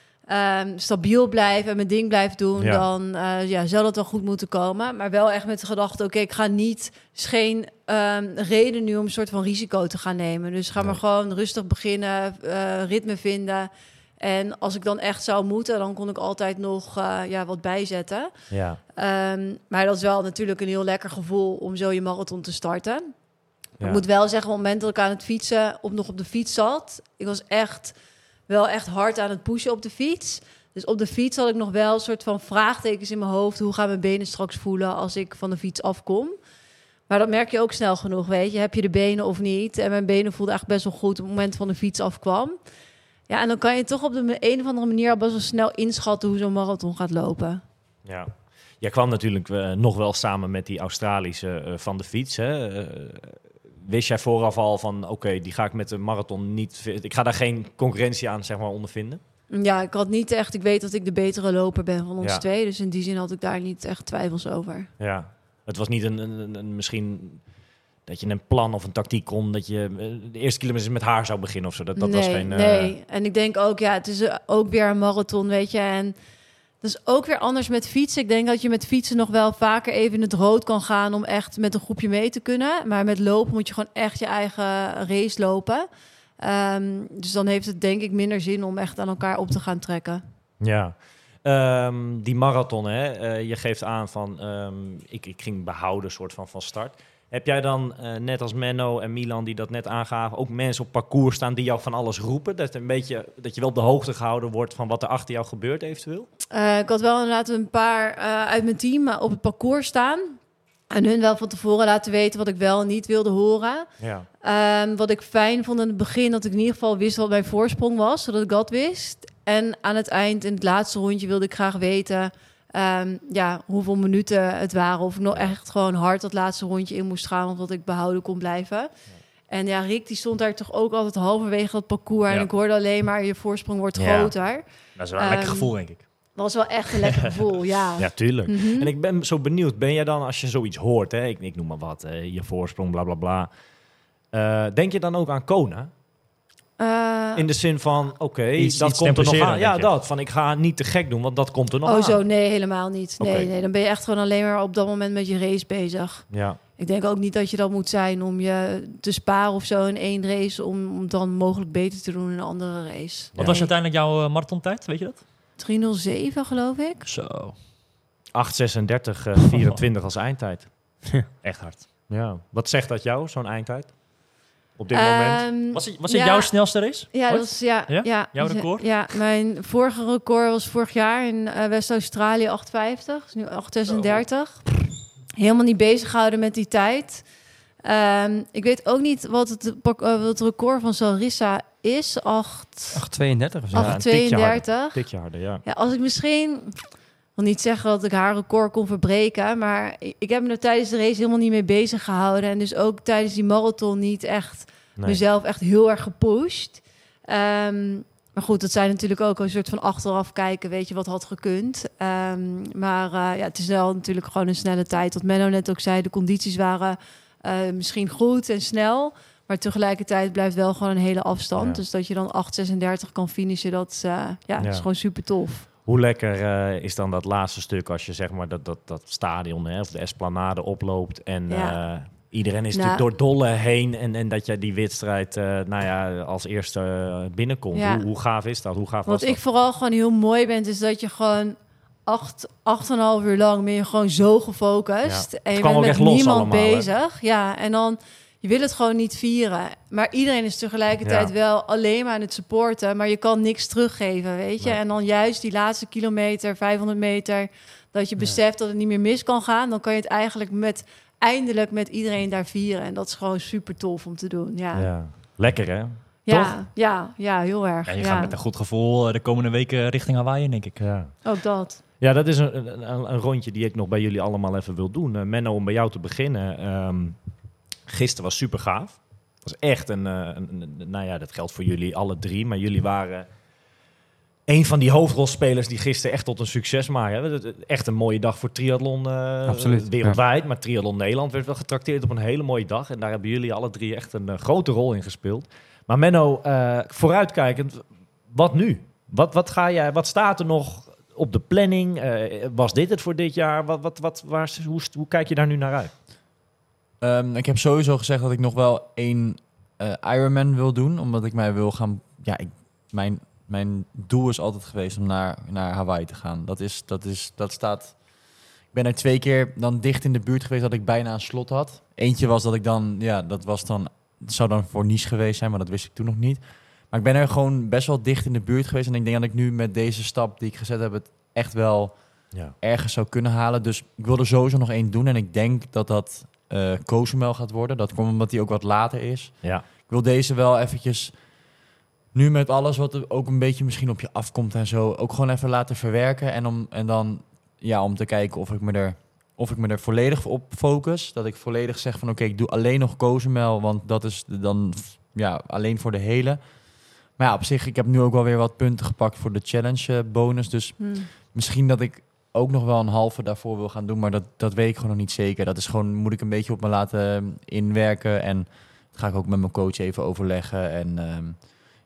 stabiel blijf en mijn ding blijf doen, Ja. dan zou dat wel goed moeten komen. Maar wel echt met de gedachte, oké, ik ga niet, is geen reden nu om een soort van risico te gaan nemen. Dus ga maar gewoon rustig beginnen, ritme vinden. En als ik dan echt zou moeten, dan kon ik altijd nog wat bijzetten. Ja. Maar dat is wel natuurlijk een heel lekker gevoel om zo je marathon te starten. Ja. Ik moet wel zeggen, op het moment dat ik aan het fietsen, nog op de fiets zat, ik was wel echt hard aan het pushen op de fiets. Dus op de fiets had ik nog wel een soort van vraagtekens in mijn hoofd. Hoe gaan mijn benen straks voelen als ik van de fiets afkom? Maar dat merk je ook snel genoeg, weet je. Heb je de benen of niet? En mijn benen voelden echt best wel goed op het moment van de fiets afkwam. Ja, en dan kan je toch op de een of andere manier al best wel snel inschatten hoe zo'n marathon gaat lopen. Ja. Jij kwam natuurlijk nog wel samen met die Australische van de fiets. Hè? Wist jij vooraf al van, oké, die ga ik met de marathon niet... Ik ga daar geen concurrentie aan, zeg maar, ondervinden? Ja, ik had niet echt... Ik weet dat ik de betere loper ben van ons Ja. twee. Dus in die zin had ik daar niet echt twijfels over. Ja. Het was niet een misschien dat je een plan of een tactiek kon... dat je de eerste kilometers met haar zou beginnen of zo. Dat was geen... Nee, en ik denk ook, het is ook weer een marathon, weet je. En dat is ook weer anders met fietsen. Ik denk dat je met fietsen nog wel vaker even in het rood kan gaan... om echt met een groepje mee te kunnen. Maar met lopen moet je gewoon echt je eigen race lopen. Dus dan heeft het denk ik minder zin om echt aan elkaar op te gaan trekken. Ja. Die marathon, hè? Je geeft aan van... ik ging behouden soort van start. Heb jij dan, net als Menno en Milan die dat net aangaven... ook mensen op parcours staan die jou van alles roepen? Dat je wel op de hoogte gehouden wordt van wat er achter jou gebeurt eventueel? Ik had wel inderdaad een paar uit mijn team op het parcours staan. En hun wel van tevoren laten weten wat ik wel en niet wilde horen. Ja. Wat ik fijn vond in het begin, dat ik in ieder geval wist wat mijn voorsprong was. Zodat ik dat wist. En aan het eind, in het laatste rondje, wilde ik graag weten... hoeveel minuten het waren. Of ik nog echt gewoon hard dat laatste rondje in moest gaan... of dat ik behouden kon blijven. Ja. En ja, Rick die stond daar toch ook altijd halverwege dat parcours... en ik hoorde alleen maar, je voorsprong wordt groter. Dat is wel een lekker gevoel, denk ik. Dat was wel echt een lekker gevoel, ja. Ja, tuurlijk. Mhm. En ik ben zo benieuwd, ben jij dan als je zoiets hoort... Hè, ik noem maar wat, je voorsprong, bla bla bla... denk je dan ook aan Kona? In de zin van, Iets dat komt er nog aan. Ja, denk je. dat. Van, ik ga niet te gek doen, want dat komt er nog aan. Oh zo, nee, helemaal niet. Nee, Oké. nee, dan ben je echt gewoon alleen maar op dat moment met je race bezig. Ja. Ik denk ook niet dat je dat moet zijn om je te sparen of zo in één race... om dan mogelijk beter te doen in een andere race. Wat was uiteindelijk jouw marathontijd, weet je dat? 3:07, geloof ik. Zo. 8:36, 24 als eindtijd. Echt hard. Ja. Wat zegt dat jou, zo'n eindtijd? op dit moment? Was het jouw snelste race? Ja, ooit? dat was, ja. Jouw record? Ja, mijn vorige record was vorig jaar in West-Australië 8,50. Dus nu 8,36. Helemaal niet bezig gehouden met die tijd. Ik weet ook niet wat het record van Sarissa is. 8,32 of zo. Ja, een tikje harder. 8,32. Tikje harder, ja. Ja, als ik misschien... Ik wil niet zeggen dat ik haar record kon verbreken, maar ik heb me er tijdens de race helemaal niet mee bezig gehouden. En dus ook tijdens die marathon niet echt mezelf echt heel erg gepusht. Maar goed, dat zijn natuurlijk ook een soort van achteraf kijken, weet je, wat had gekund. Maar het is wel natuurlijk gewoon een snelle tijd. Wat Menno net ook zei, de condities waren misschien goed en snel. Maar tegelijkertijd blijft wel gewoon een hele afstand. Ja. Dus dat je dan 8,36 kan finishen, dat is gewoon super tof. Hoe lekker is dan dat laatste stuk als je zeg maar dat stadion, hè, of de Esplanade oploopt en iedereen is natuurlijk door dolle heen en dat je die wedstrijd als eerste binnenkomt. Ja. Hoe gaaf is dat? Hoe gaaf was Wat dat? ik vooral gewoon heel mooi vind, is dat je gewoon 8,5 uur lang ben je gewoon zo gefocust. Ja. En je Het kwam bent ook met echt los niemand allemaal, hè? bezig. Ja, en dan, je wil het gewoon niet vieren. Maar iedereen is tegelijkertijd wel alleen maar aan het supporten. Maar je kan niks teruggeven, weet je. Nee. En dan juist die laatste kilometer, 500 meter, dat je beseft dat het niet meer mis kan gaan. Dan kan je het eigenlijk eindelijk met iedereen daar vieren. En dat is gewoon super tof om te doen, Ja. Lekker, hè? Ja, heel erg. Ja, je gaat met een goed gevoel de komende weken richting Hawaii, denk ik. Ja. Ook dat. Ja, dat is een rondje die ik nog bij jullie allemaal even wil doen. Menno, om bij jou te beginnen. Gisteren was super gaaf. Het was echt dat geldt voor jullie alle drie. Maar jullie waren een van die hoofdrolspelers die gisteren echt tot een succes maken. Echt een mooie dag voor triathlon Absoluut, wereldwijd. Maar Triathlon Nederland werd wel getrakteerd op een hele mooie dag. En daar hebben jullie alle drie echt een grote rol in gespeeld. Maar Menno, vooruitkijkend, wat nu? Wat staat er nog op de planning? Was dit het voor dit jaar? Hoe kijk je daar nu naar uit? Ik heb sowieso gezegd dat ik nog wel 1 Ironman wil doen. Omdat ik mij wil gaan... Ja, mijn doel is altijd geweest om naar Hawaii te gaan. Dat staat... Ik ben er 2 keer dan dicht in de buurt geweest dat ik bijna een slot had. Eentje was dat ik dan... Ja, het zou dan voor Nice geweest zijn, maar dat wist ik toen nog niet. Maar ik ben er gewoon best wel dicht in de buurt geweest. En ik denk dat ik nu met deze stap die ik gezet heb... het echt wel ergens zou kunnen halen. Dus ik wil er sowieso nog 1 doen. En ik denk dat Cozumel gaat worden. Dat komt omdat die ook wat later is. Ja. Ik wil deze wel eventjes... Nu met alles wat er ook een beetje misschien op je afkomt en zo... ook gewoon even laten verwerken. Om te kijken of ik me er volledig op focus. Dat ik volledig zeg van oké, ik doe alleen nog Cozumel... want dat is dan alleen voor de hele. Maar ja, op zich, ik heb nu ook wel weer wat punten gepakt... voor de challenge bonus. Dus misschien dat ik ook nog wel een halve daarvoor wil gaan doen... maar dat weet ik gewoon nog niet zeker. Dat is gewoon, moet ik een beetje op me laten inwerken... en dat ga ik ook met mijn coach even overleggen. En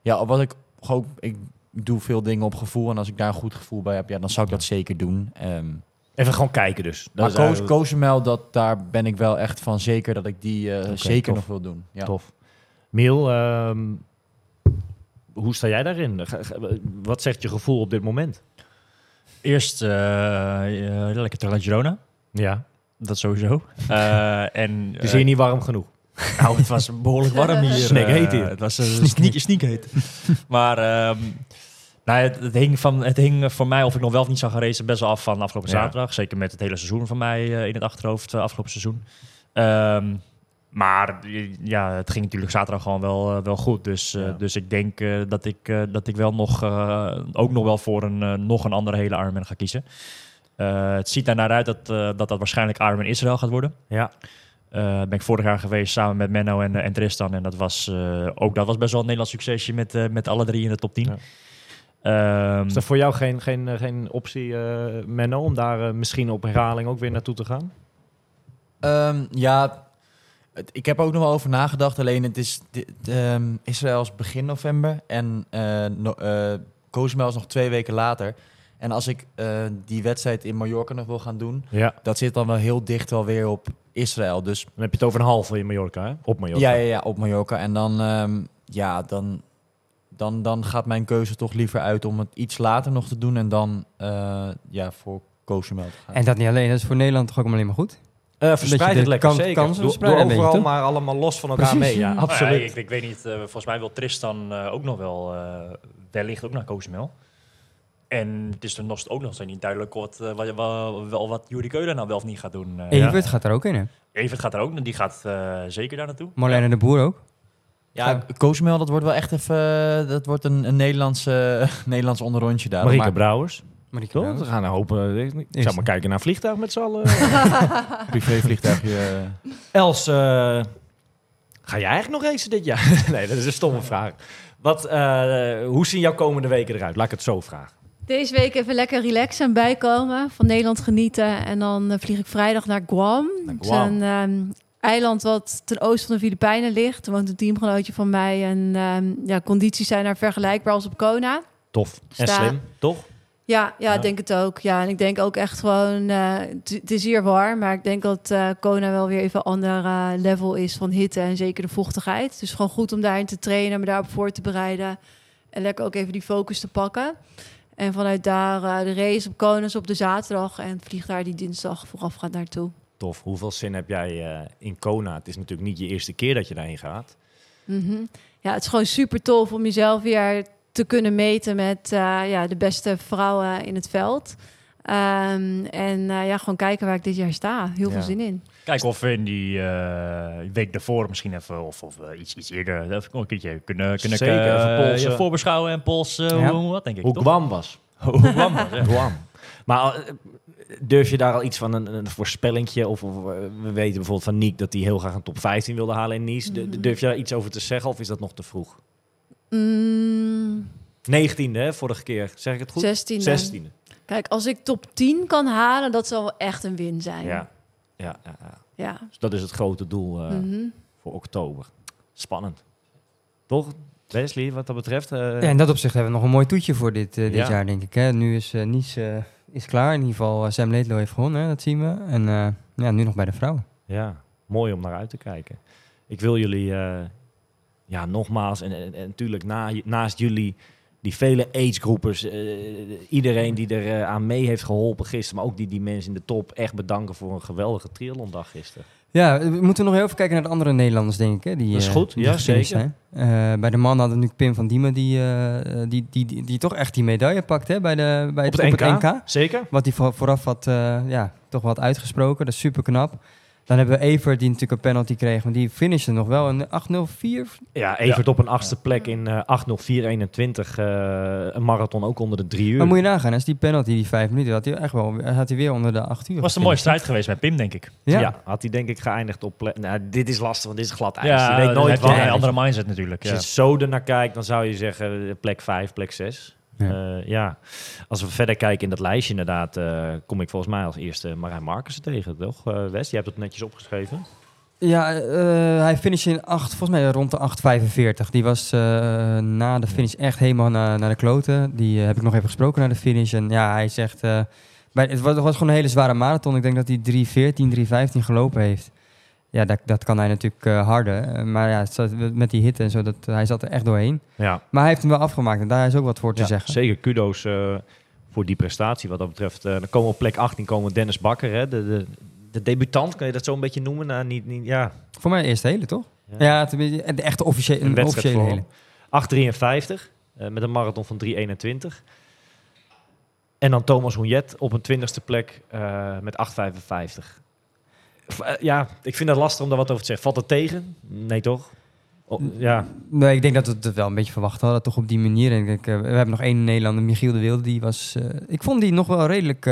ik doe veel dingen op gevoel... en als ik daar een goed gevoel bij heb, dan zou ik dat zeker doen. Even gewoon kijken dus. Maar Cozumel, daar ben ik wel echt van zeker... dat ik die zeker nog wil doen. Ja. Tof. Miel, hoe sta jij daarin? Wat zegt je gevoel op dit moment? Eerst lekker terug Girona. Ja. Dat sowieso. Dus hier niet warm genoeg? Nou, het was behoorlijk warm hier. Snikheet hier. Het was sneakheet. Maar het hing voor mij of ik nog wel of niet zou gaan racen best wel af van afgelopen zaterdag. Zeker met het hele seizoen van mij in het achterhoofd afgelopen seizoen. Maar ja, het ging natuurlijk zaterdag gewoon wel goed. Dus ik denk dat ik wel ook nog wel voor nog een andere hele Ironman ga kiezen. Het ziet er naar uit dat waarschijnlijk Ironman Israël gaat worden. Ja. Ben ik vorig jaar geweest samen met Menno en Tristan. En dat was best wel een Nederlands succesje met alle 3 in de top 10. Ja. Is dat voor jou geen optie, Menno, om daar misschien op herhaling ook weer naartoe te gaan? Ik heb er ook nog wel over nagedacht. Alleen het is Israël is begin november en Cozumel is nog 2 weken later. En als ik die wedstrijd in Mallorca nog wil gaan doen, dat zit dan wel heel dicht wel weer op Israël. Dus dan heb je het over een halve in Mallorca, hè? Op Mallorca. Ja, op Mallorca. En dan gaat mijn keuze toch liever uit om het iets later nog te doen en dan voor Cozumel te gaan. En dat niet alleen, dat is voor Nederland toch ook alleen maar goed? Verspreid het de lekker, kansen zeker. Doe verspreiden een beetje, overal toch? maar allemaal los van elkaar Precies. mee. Ja, absoluut. Nee, ik weet niet, volgens mij wil Tristan ook nog wel, wellicht ook naar Cozumel. En het is er nog ook nog steeds niet duidelijk wat Juri Keulen nou wel of niet gaat doen. Evert gaat er ook in, hè? Evert gaat er ook, die gaat zeker daar naartoe. Marlene de Boer ook. Ja, Cozumel, dat wordt wel echt even... Dat wordt een Nederlands onderrondje daar. Marieke Maar Brouwers. Marieke Toch? Brouwers. We gaan hopen. Ik zou Eerst. maar kijken naar een vliegtuig met z'n allen. privévliegtuigje... Els, ga jij eigenlijk nog racen dit jaar? Nee, dat is een stomme vraag. Hoe zien jouw komende weken eruit? Laat ik het zo vragen. Deze week even lekker relaxen en bijkomen. Van Nederland genieten. En dan vlieg ik vrijdag naar Guam. Naar Het is Guam. een eiland wat ten oosten van de Filipijnen ligt. Er woont een teamgenootje van mij. En condities zijn daar vergelijkbaar als op Kona. Tof en Sta- slim, toch? Ja, ik denk het ook. Ja, en ik denk ook echt gewoon... het is hier warm, maar ik denk dat Kona wel weer even een ander level is van hitte en zeker de vochtigheid. Dus gewoon goed om daarin te trainen, me daarop voor te bereiden. En lekker ook even die focus te pakken. En vanuit daar de race op Kona is op de zaterdag en vlieg daar die dinsdag voorafgaand naartoe. Tof. Hoeveel zin heb jij in Kona? Het is natuurlijk niet je eerste keer dat je daarheen gaat. Mhm. Ja, het is gewoon super tof om jezelf weer te kunnen meten met de beste vrouwen in het veld. Gewoon kijken waar ik dit jaar sta. Heel veel zin in. Kijken of we in die week daarvoor misschien even, of iets eerder, even een keertje kunnen Zeker, even polsen. voorbeschouwen en polsen Ja. hoe wat denk ik, Hoe toch? Guam was. Hoe Guam was, ja. Guam. Maar durf je daar al iets van een voorspellingje? Of we weten bijvoorbeeld van Niek dat hij heel graag een top 15 wilde halen in Nice. Durf je daar iets over te zeggen of is dat nog te vroeg? 19e, hè, vorige keer. Zeg ik het goed? 16e. 16e. Kijk, als ik top 10 kan halen, dat zal wel echt een win zijn. Ja. Ja. Dus dat is het grote doel voor oktober. Spannend. Toch? Wesley, wat dat betreft? Ja, in dat opzicht hebben we nog een mooi toetje voor dit Ja. jaar, denk ik. Hè. Nu is Nice is klaar. In ieder geval Sam Laidlow heeft gewonnen, hè, dat zien we. En nu nog bij de vrouwen. Ja, mooi om naar uit te kijken. Ik wil jullie nogmaals en natuurlijk naast jullie die vele agegroepers, iedereen die er aan mee heeft geholpen gisteren, maar ook die mensen in de top, echt bedanken voor een geweldige triathlondag gisteren. Ja, we moeten nog heel even kijken naar de andere Nederlanders, denk ik. Hè, die, Dat is goed, die ja, gefinished zeker. zijn. Bij de man hadden we nu Pim van Diemen, die toch echt die medaille pakt hè, bij Op het NK. Zeker. Wat hij vooraf had, toch wat uitgesproken. Dat is super knap. Dan hebben we Evert, die natuurlijk een penalty kreeg. Want die finishte nog wel een 8:04. Ja, Evert op een 8e plek in 8:04:21. Een marathon ook onder de 3 uur. Maar moet je nagaan, als die penalty, die 5 minuten, had hij weer onder de 8 uur. Was een mooie strijd geweest met Pim, denk ik. Ja. Had hij denk ik geëindigd op plek. Nou, dit is lastig, want dit is glad ijs. Ja, je weet nooit heb je wat. een andere mindset natuurlijk. Als Ja. je zo ernaar kijkt, dan zou je zeggen plek 5, plek 6. Ja. Als we verder kijken in dat lijstje inderdaad, kom ik volgens mij als eerste Marijn Marqussen tegen, toch? Wes, je hebt het netjes opgeschreven. Ja, hij finishte in volgens mij rond de 8:45. Die was na de finish echt helemaal naar de kloten. Die heb ik nog even gesproken na de finish. En ja, hij zegt... het was gewoon een hele zware marathon. Ik denk dat hij 3:14, 3:15 gelopen heeft. Ja, dat kan hij natuurlijk harder. Maar ja, met die hitte en zo, hij zat er echt doorheen. Ja, Maar hij heeft hem wel afgemaakt en daar is ook wat voor te zeggen. zeker. Kudo's voor die prestatie wat dat betreft. Dan komen we op plek 18 komen Dennis Bakker, hè? De debutant, kan je dat zo een beetje noemen? Nou, niet, ja. Voor mij de eerste hele, toch? Ja. Ja, de echte Een wedstrijd officiële voor hele. 8:53 met een marathon van 3:21. En dan Thomas Hoenjet op een 20ste plek met 8:55. Ja, ik vind dat lastig om daar wat over te zeggen. Valt het tegen? Nee, toch? Ja, Nee, ik denk dat we het wel een beetje verwacht hadden, toch op die manier. En we hebben nog één Nederlander, Michiel de Wilde, die was... ik vond die nog wel redelijk...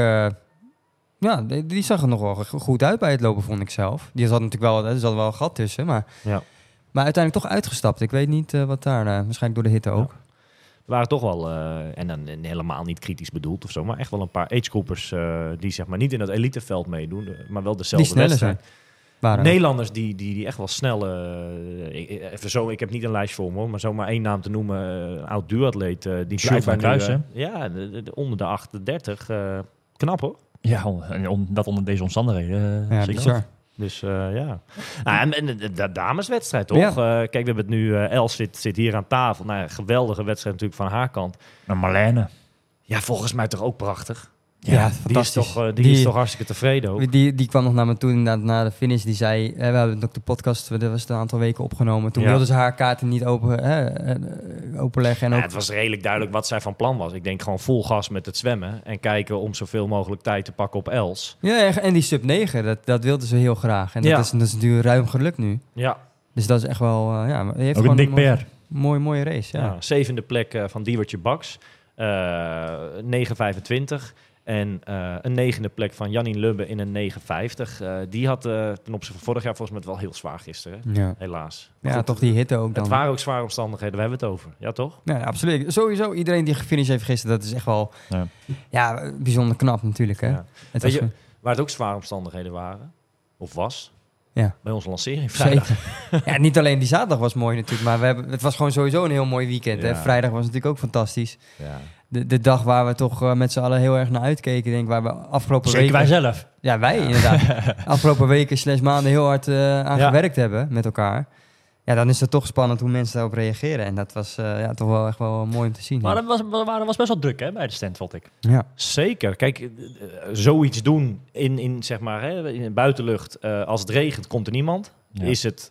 die zag er nog wel goed uit bij het lopen, vond ik zelf. Die zat natuurlijk wel, er zat wel een gat tussen, maar uiteindelijk toch uitgestapt. Ik weet niet wat daar, waarschijnlijk door de hitte ook. er waren toch wel, en dan helemaal niet kritisch bedoeld of zo, maar echt wel een paar agegroepers die zeg maar niet in het eliteveld meedoen, maar wel Die dezelfde sneller wedstrijd. zijn. Waren ook. Nederlanders die echt wel snel... even zo, ik heb niet een lijst voor me, hoor, maar zomaar één naam te noemen. Een oud duatleet. Die Sjoerd van blijkbaar Kruijs, nu... ja, onder de 38. Knap, hoor. Ja, dat onder deze omstandigheden. Ja, zeker. bizar. Dus ja. Nou, en de dameswedstrijd, toch? Ja. Kijk, we hebben het nu... Els zit hier aan tafel. Nou, geweldige wedstrijd natuurlijk van haar kant. Maar Marlene. Ja, volgens mij toch ook prachtig. Ja, die fantastisch. is toch hartstikke tevreden ook. Die kwam nog naar me toe inderdaad na de finish. Die zei, we hebben ook de podcast, dat was een aantal weken opgenomen. Toen Ja. wilden ze haar kaarten niet openleggen. En Ja, ook, het was redelijk duidelijk wat zij van plan was. Ik denk gewoon vol gas met het zwemmen en kijken om zoveel mogelijk tijd te pakken op Els. ja, en die sub 9, dat wilden ze heel graag. En dat is natuurlijk ruim gelukt nu. Ja, Dus dat is echt wel, ja, maar die heeft Ook gewoon een dik PR. mooie race. Ja. ja. 7e plek van Diewertje Baks, 9,25. En een 9e plek van Janine Lubbe in een 9,50. Die had ten opzichte van vorig jaar volgens mij wel heel zwaar gisteren. Ja. Helaas. Ja, Goed, toch die hitte ook dan. Het waren ook zware omstandigheden, we hebben het over. Ja, toch? Ja, absoluut. Sowieso, iedereen die gefinished heeft gisteren, dat is echt wel Ja. bijzonder knap natuurlijk. Hè? Ja. Het Weet was, je, waar het ook zware omstandigheden waren, of was, Ja. bij onze lancering vrijdag. zeker. Ja, niet alleen die zaterdag was mooi natuurlijk, maar het was gewoon sowieso een heel mooi weekend. Hè? Ja. Vrijdag was natuurlijk ook fantastisch. Ja. De dag waar we toch met z'n allen heel erg naar uitkeken, denk ik, waar we afgelopen Zeker weken... wij zelf. Ja, wij inderdaad. Afgelopen weken / maanden heel hard aan Ja. gewerkt hebben met elkaar. Ja, dan is het toch spannend hoe mensen daarop reageren. En dat was toch wel echt wel mooi om te zien. Maar dat was best wel druk hè, bij de stand, vond ik. Ja. Zeker. Kijk, zoiets doen in zeg maar, hè, in de buitenlucht. Als het regent, komt er niemand. Ja. Is het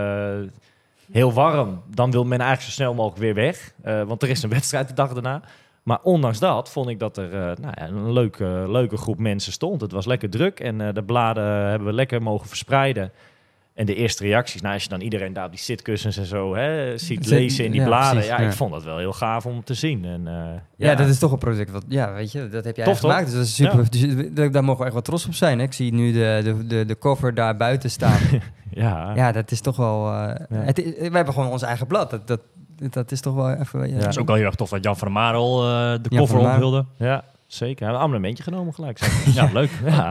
heel warm, dan wil men eigenlijk zo snel mogelijk weer weg. Want er is een wedstrijd de dag daarna. Maar ondanks dat vond ik dat er een leuke groep mensen stond. Het was lekker druk en de bladen hebben we lekker mogen verspreiden. En de eerste reacties, als je dan iedereen daar op die zitkussens en zo ziet lezen in die Ja, bladen. precies, Ja, ja. ik vond dat wel heel gaaf om te zien. En, Ja, dat is toch een product wat, weet je, dat heb jij Tof, gemaakt. toch? Dus dat is super. Dus daar mogen we echt wel trots op zijn. Hè? Ik zie nu de cover daar buiten staan. Ja, dat is toch wel... we hebben gewoon ons eigen blad. Dat is toch wel even... Ja. Het is ook wel heel erg tof dat Jan van der Marel de Jan cover van der onthulde. Ja, zeker. Een abonnementje genomen gelijk. Ja, leuk.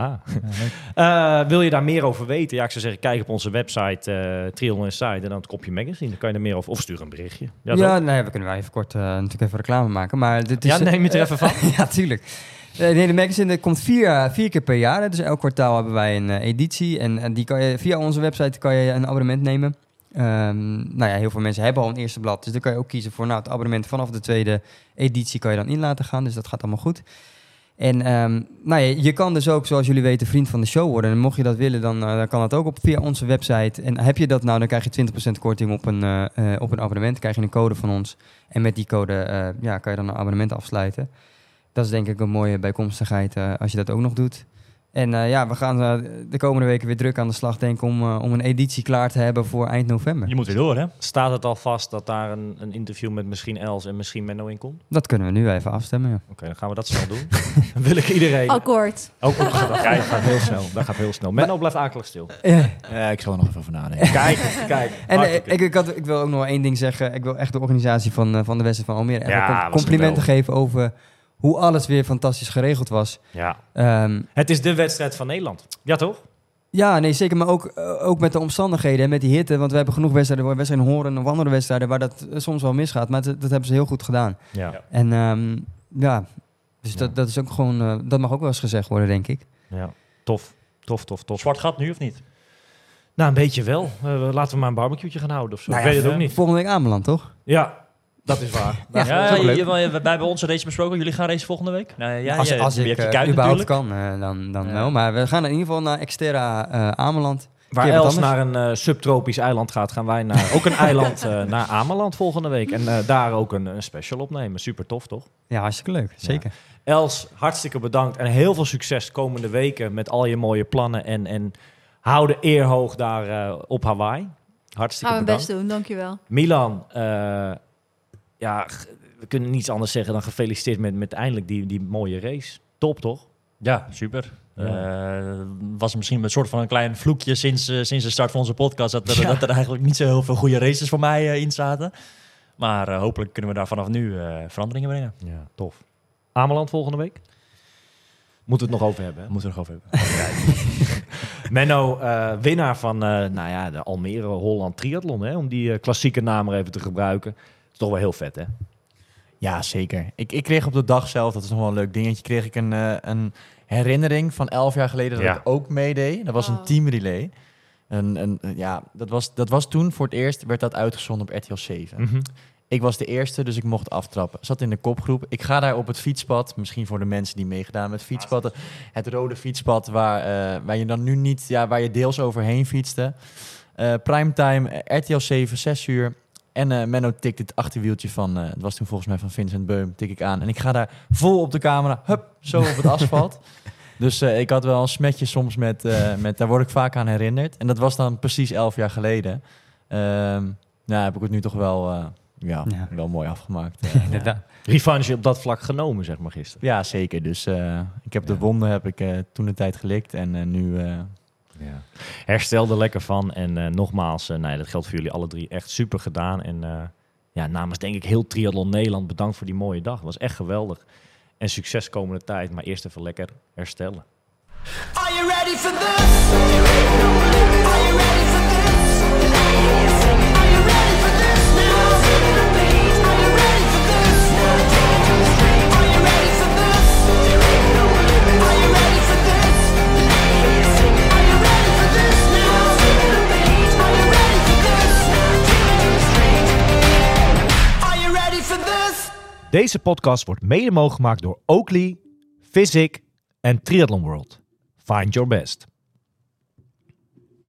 Ja. Wil je daar meer over weten? Ja, ik zou zeggen, kijk op onze website Triathlon Inside en dan het kopje magazine. Dan kan je er meer over... Of stuur een berichtje. Ja, toch? nee, we kunnen wel even kort natuurlijk even reclame maken. Maar dit is, Ja, neem je het er even van. ja, tuurlijk. Nee, de magazine komt vier keer per jaar. Hè. Dus elk kwartaal hebben wij een editie. En die kan je via onze website kan je een abonnement nemen. Heel veel mensen hebben al een eerste blad. Dus dan kan je ook kiezen voor het abonnement vanaf de tweede editie kan je dan in laten gaan. Dus dat gaat allemaal goed. En je kan dus ook, zoals jullie weten, vriend van de show worden. En mocht je dat willen, dan kan dat ook via onze website. En heb je dat nou, dan krijg je 20% korting op een abonnement. Krijg je een code van ons. En met die code kan je dan een abonnement afsluiten. Dat is denk ik een mooie bijkomstigheid als je dat ook nog doet. En we gaan de komende weken weer druk aan de slag, denk ik, om een editie klaar te hebben voor eind november. Je moet weer door, hè? Staat het al vast dat daar een interview met misschien Els en misschien Menno in komt? Dat kunnen we nu even afstemmen, ja. Oké, dan gaan we dat snel doen. Dan wil ik iedereen... Akkoord. Ook dat gaat heel snel. Dat gaat heel snel. Menno blijft akelig stil. Ik zal er nog even over nadenken. Kijk. En hartstikke. ik wil ook nog wel één ding zeggen. Ik wil echt de organisatie van de wedstrijd van Almere Ja, was complimenten geweldig. geven over hoe alles weer fantastisch geregeld was. Ja. Ehm, Het is de wedstrijd van Nederland. Ja, toch? Ja, nee, zeker. Maar ook met de omstandigheden en met die hitte. Want we hebben genoeg wedstrijden horen of andere wedstrijden waar dat soms wel misgaat. Maar dat hebben ze heel goed gedaan. Ja. En dus dat is ook gewoon... dat mag ook wel eens gezegd worden, denk ik. Ja. Tof. Zwart gat nu of niet? Nou, een beetje wel. Laten we maar een barbecue'tje gaan houden of zo. Nou Ik ja, weet het ook niet. Volgende week Ameland, toch? Ja, dat is waar. Ja, Ja, dat is ook leuk. wij hebben onze race besproken. Jullie gaan racen volgende week? Nee, als je ik hebt je kuit überhaupt natuurlijk. kan, dan Ja. wel. Maar we gaan in ieder geval naar Xterra Ameland. Waar Keer wat Els anders. naar een subtropisch eiland gaat, gaan wij ook een eiland naar Ameland volgende week. En daar ook een special opnemen. Super tof, toch? Ja, hartstikke leuk. Zeker. Els, hartstikke bedankt. En heel veel succes komende weken met al je mooie plannen. En hou de eer hoog daar op Hawaii. Hartstikke Gaan we bedankt. best doen, dankjewel. Milan, we kunnen niets anders zeggen dan gefeliciteerd met eindelijk die mooie race. Top, toch? Ja, super. Ja. Was misschien een soort van een klein vloekje sinds de start van onze podcast. Dat er eigenlijk niet zo heel veel goede races voor mij in zaten. Maar hopelijk kunnen we daar vanaf nu veranderingen brengen. Ja, tof. Ameland volgende week? Moeten we het nog over hebben, hè? Moeten we er nog over hebben. Menno, winnaar van de Almere Holland Triathlon, hè? Om die klassieke naam er even te gebruiken. Dat is toch wel heel vet, hè? Ja, zeker. Ik kreeg op de dag zelf, dat is nog wel een leuk dingetje, kreeg ik een herinnering van 11 jaar geleden dat Ja. ik ook meedeed. Dat was een Oh. teamrelay. Dat was toen voor het eerst, werd dat uitgezonden op RTL 7. Mhm. Ik was de eerste, dus ik mocht aftrappen. Zat in de kopgroep. Ik ga daar op het fietspad, misschien voor de mensen die meegedaan met fietspaden, het rode fietspad waar je dan nu niet, waar je deels overheen fietste. Primetime, RTL 7, 6 uur. En Menno tikt het achterwieltje van, het was toen volgens mij van Vincent Beum, tik ik aan. En ik ga daar vol op de camera, hup, zo op het asfalt. Dus ik had wel een smetje soms met, daar word ik vaak aan herinnerd. En dat was dan precies 11 jaar geleden. Heb ik het nu toch wel wel mooi afgemaakt. Inderdaad. Revanche op dat vlak genomen, zeg maar, gisteren. Ja, zeker. Dus ik heb de wonden toen de tijd gelikt en nu... Herstel er lekker van. En nogmaals, dat geldt voor jullie alle drie. Echt super gedaan. En namens denk ik heel Triathlon Nederland bedankt voor die mooie dag. Het was echt geweldig. En succes komende tijd. Maar eerst even lekker herstellen. Are you ready for this? Are you ready for this? Are you ready for this now? Are you ready for this? Are you ready for this? Are you ready for this? Are you ready for this now? Are you ready for this? Are you ready for this? Deze podcast wordt mede mogelijk gemaakt door Oakley, Physic en Triathlon World. Find your best.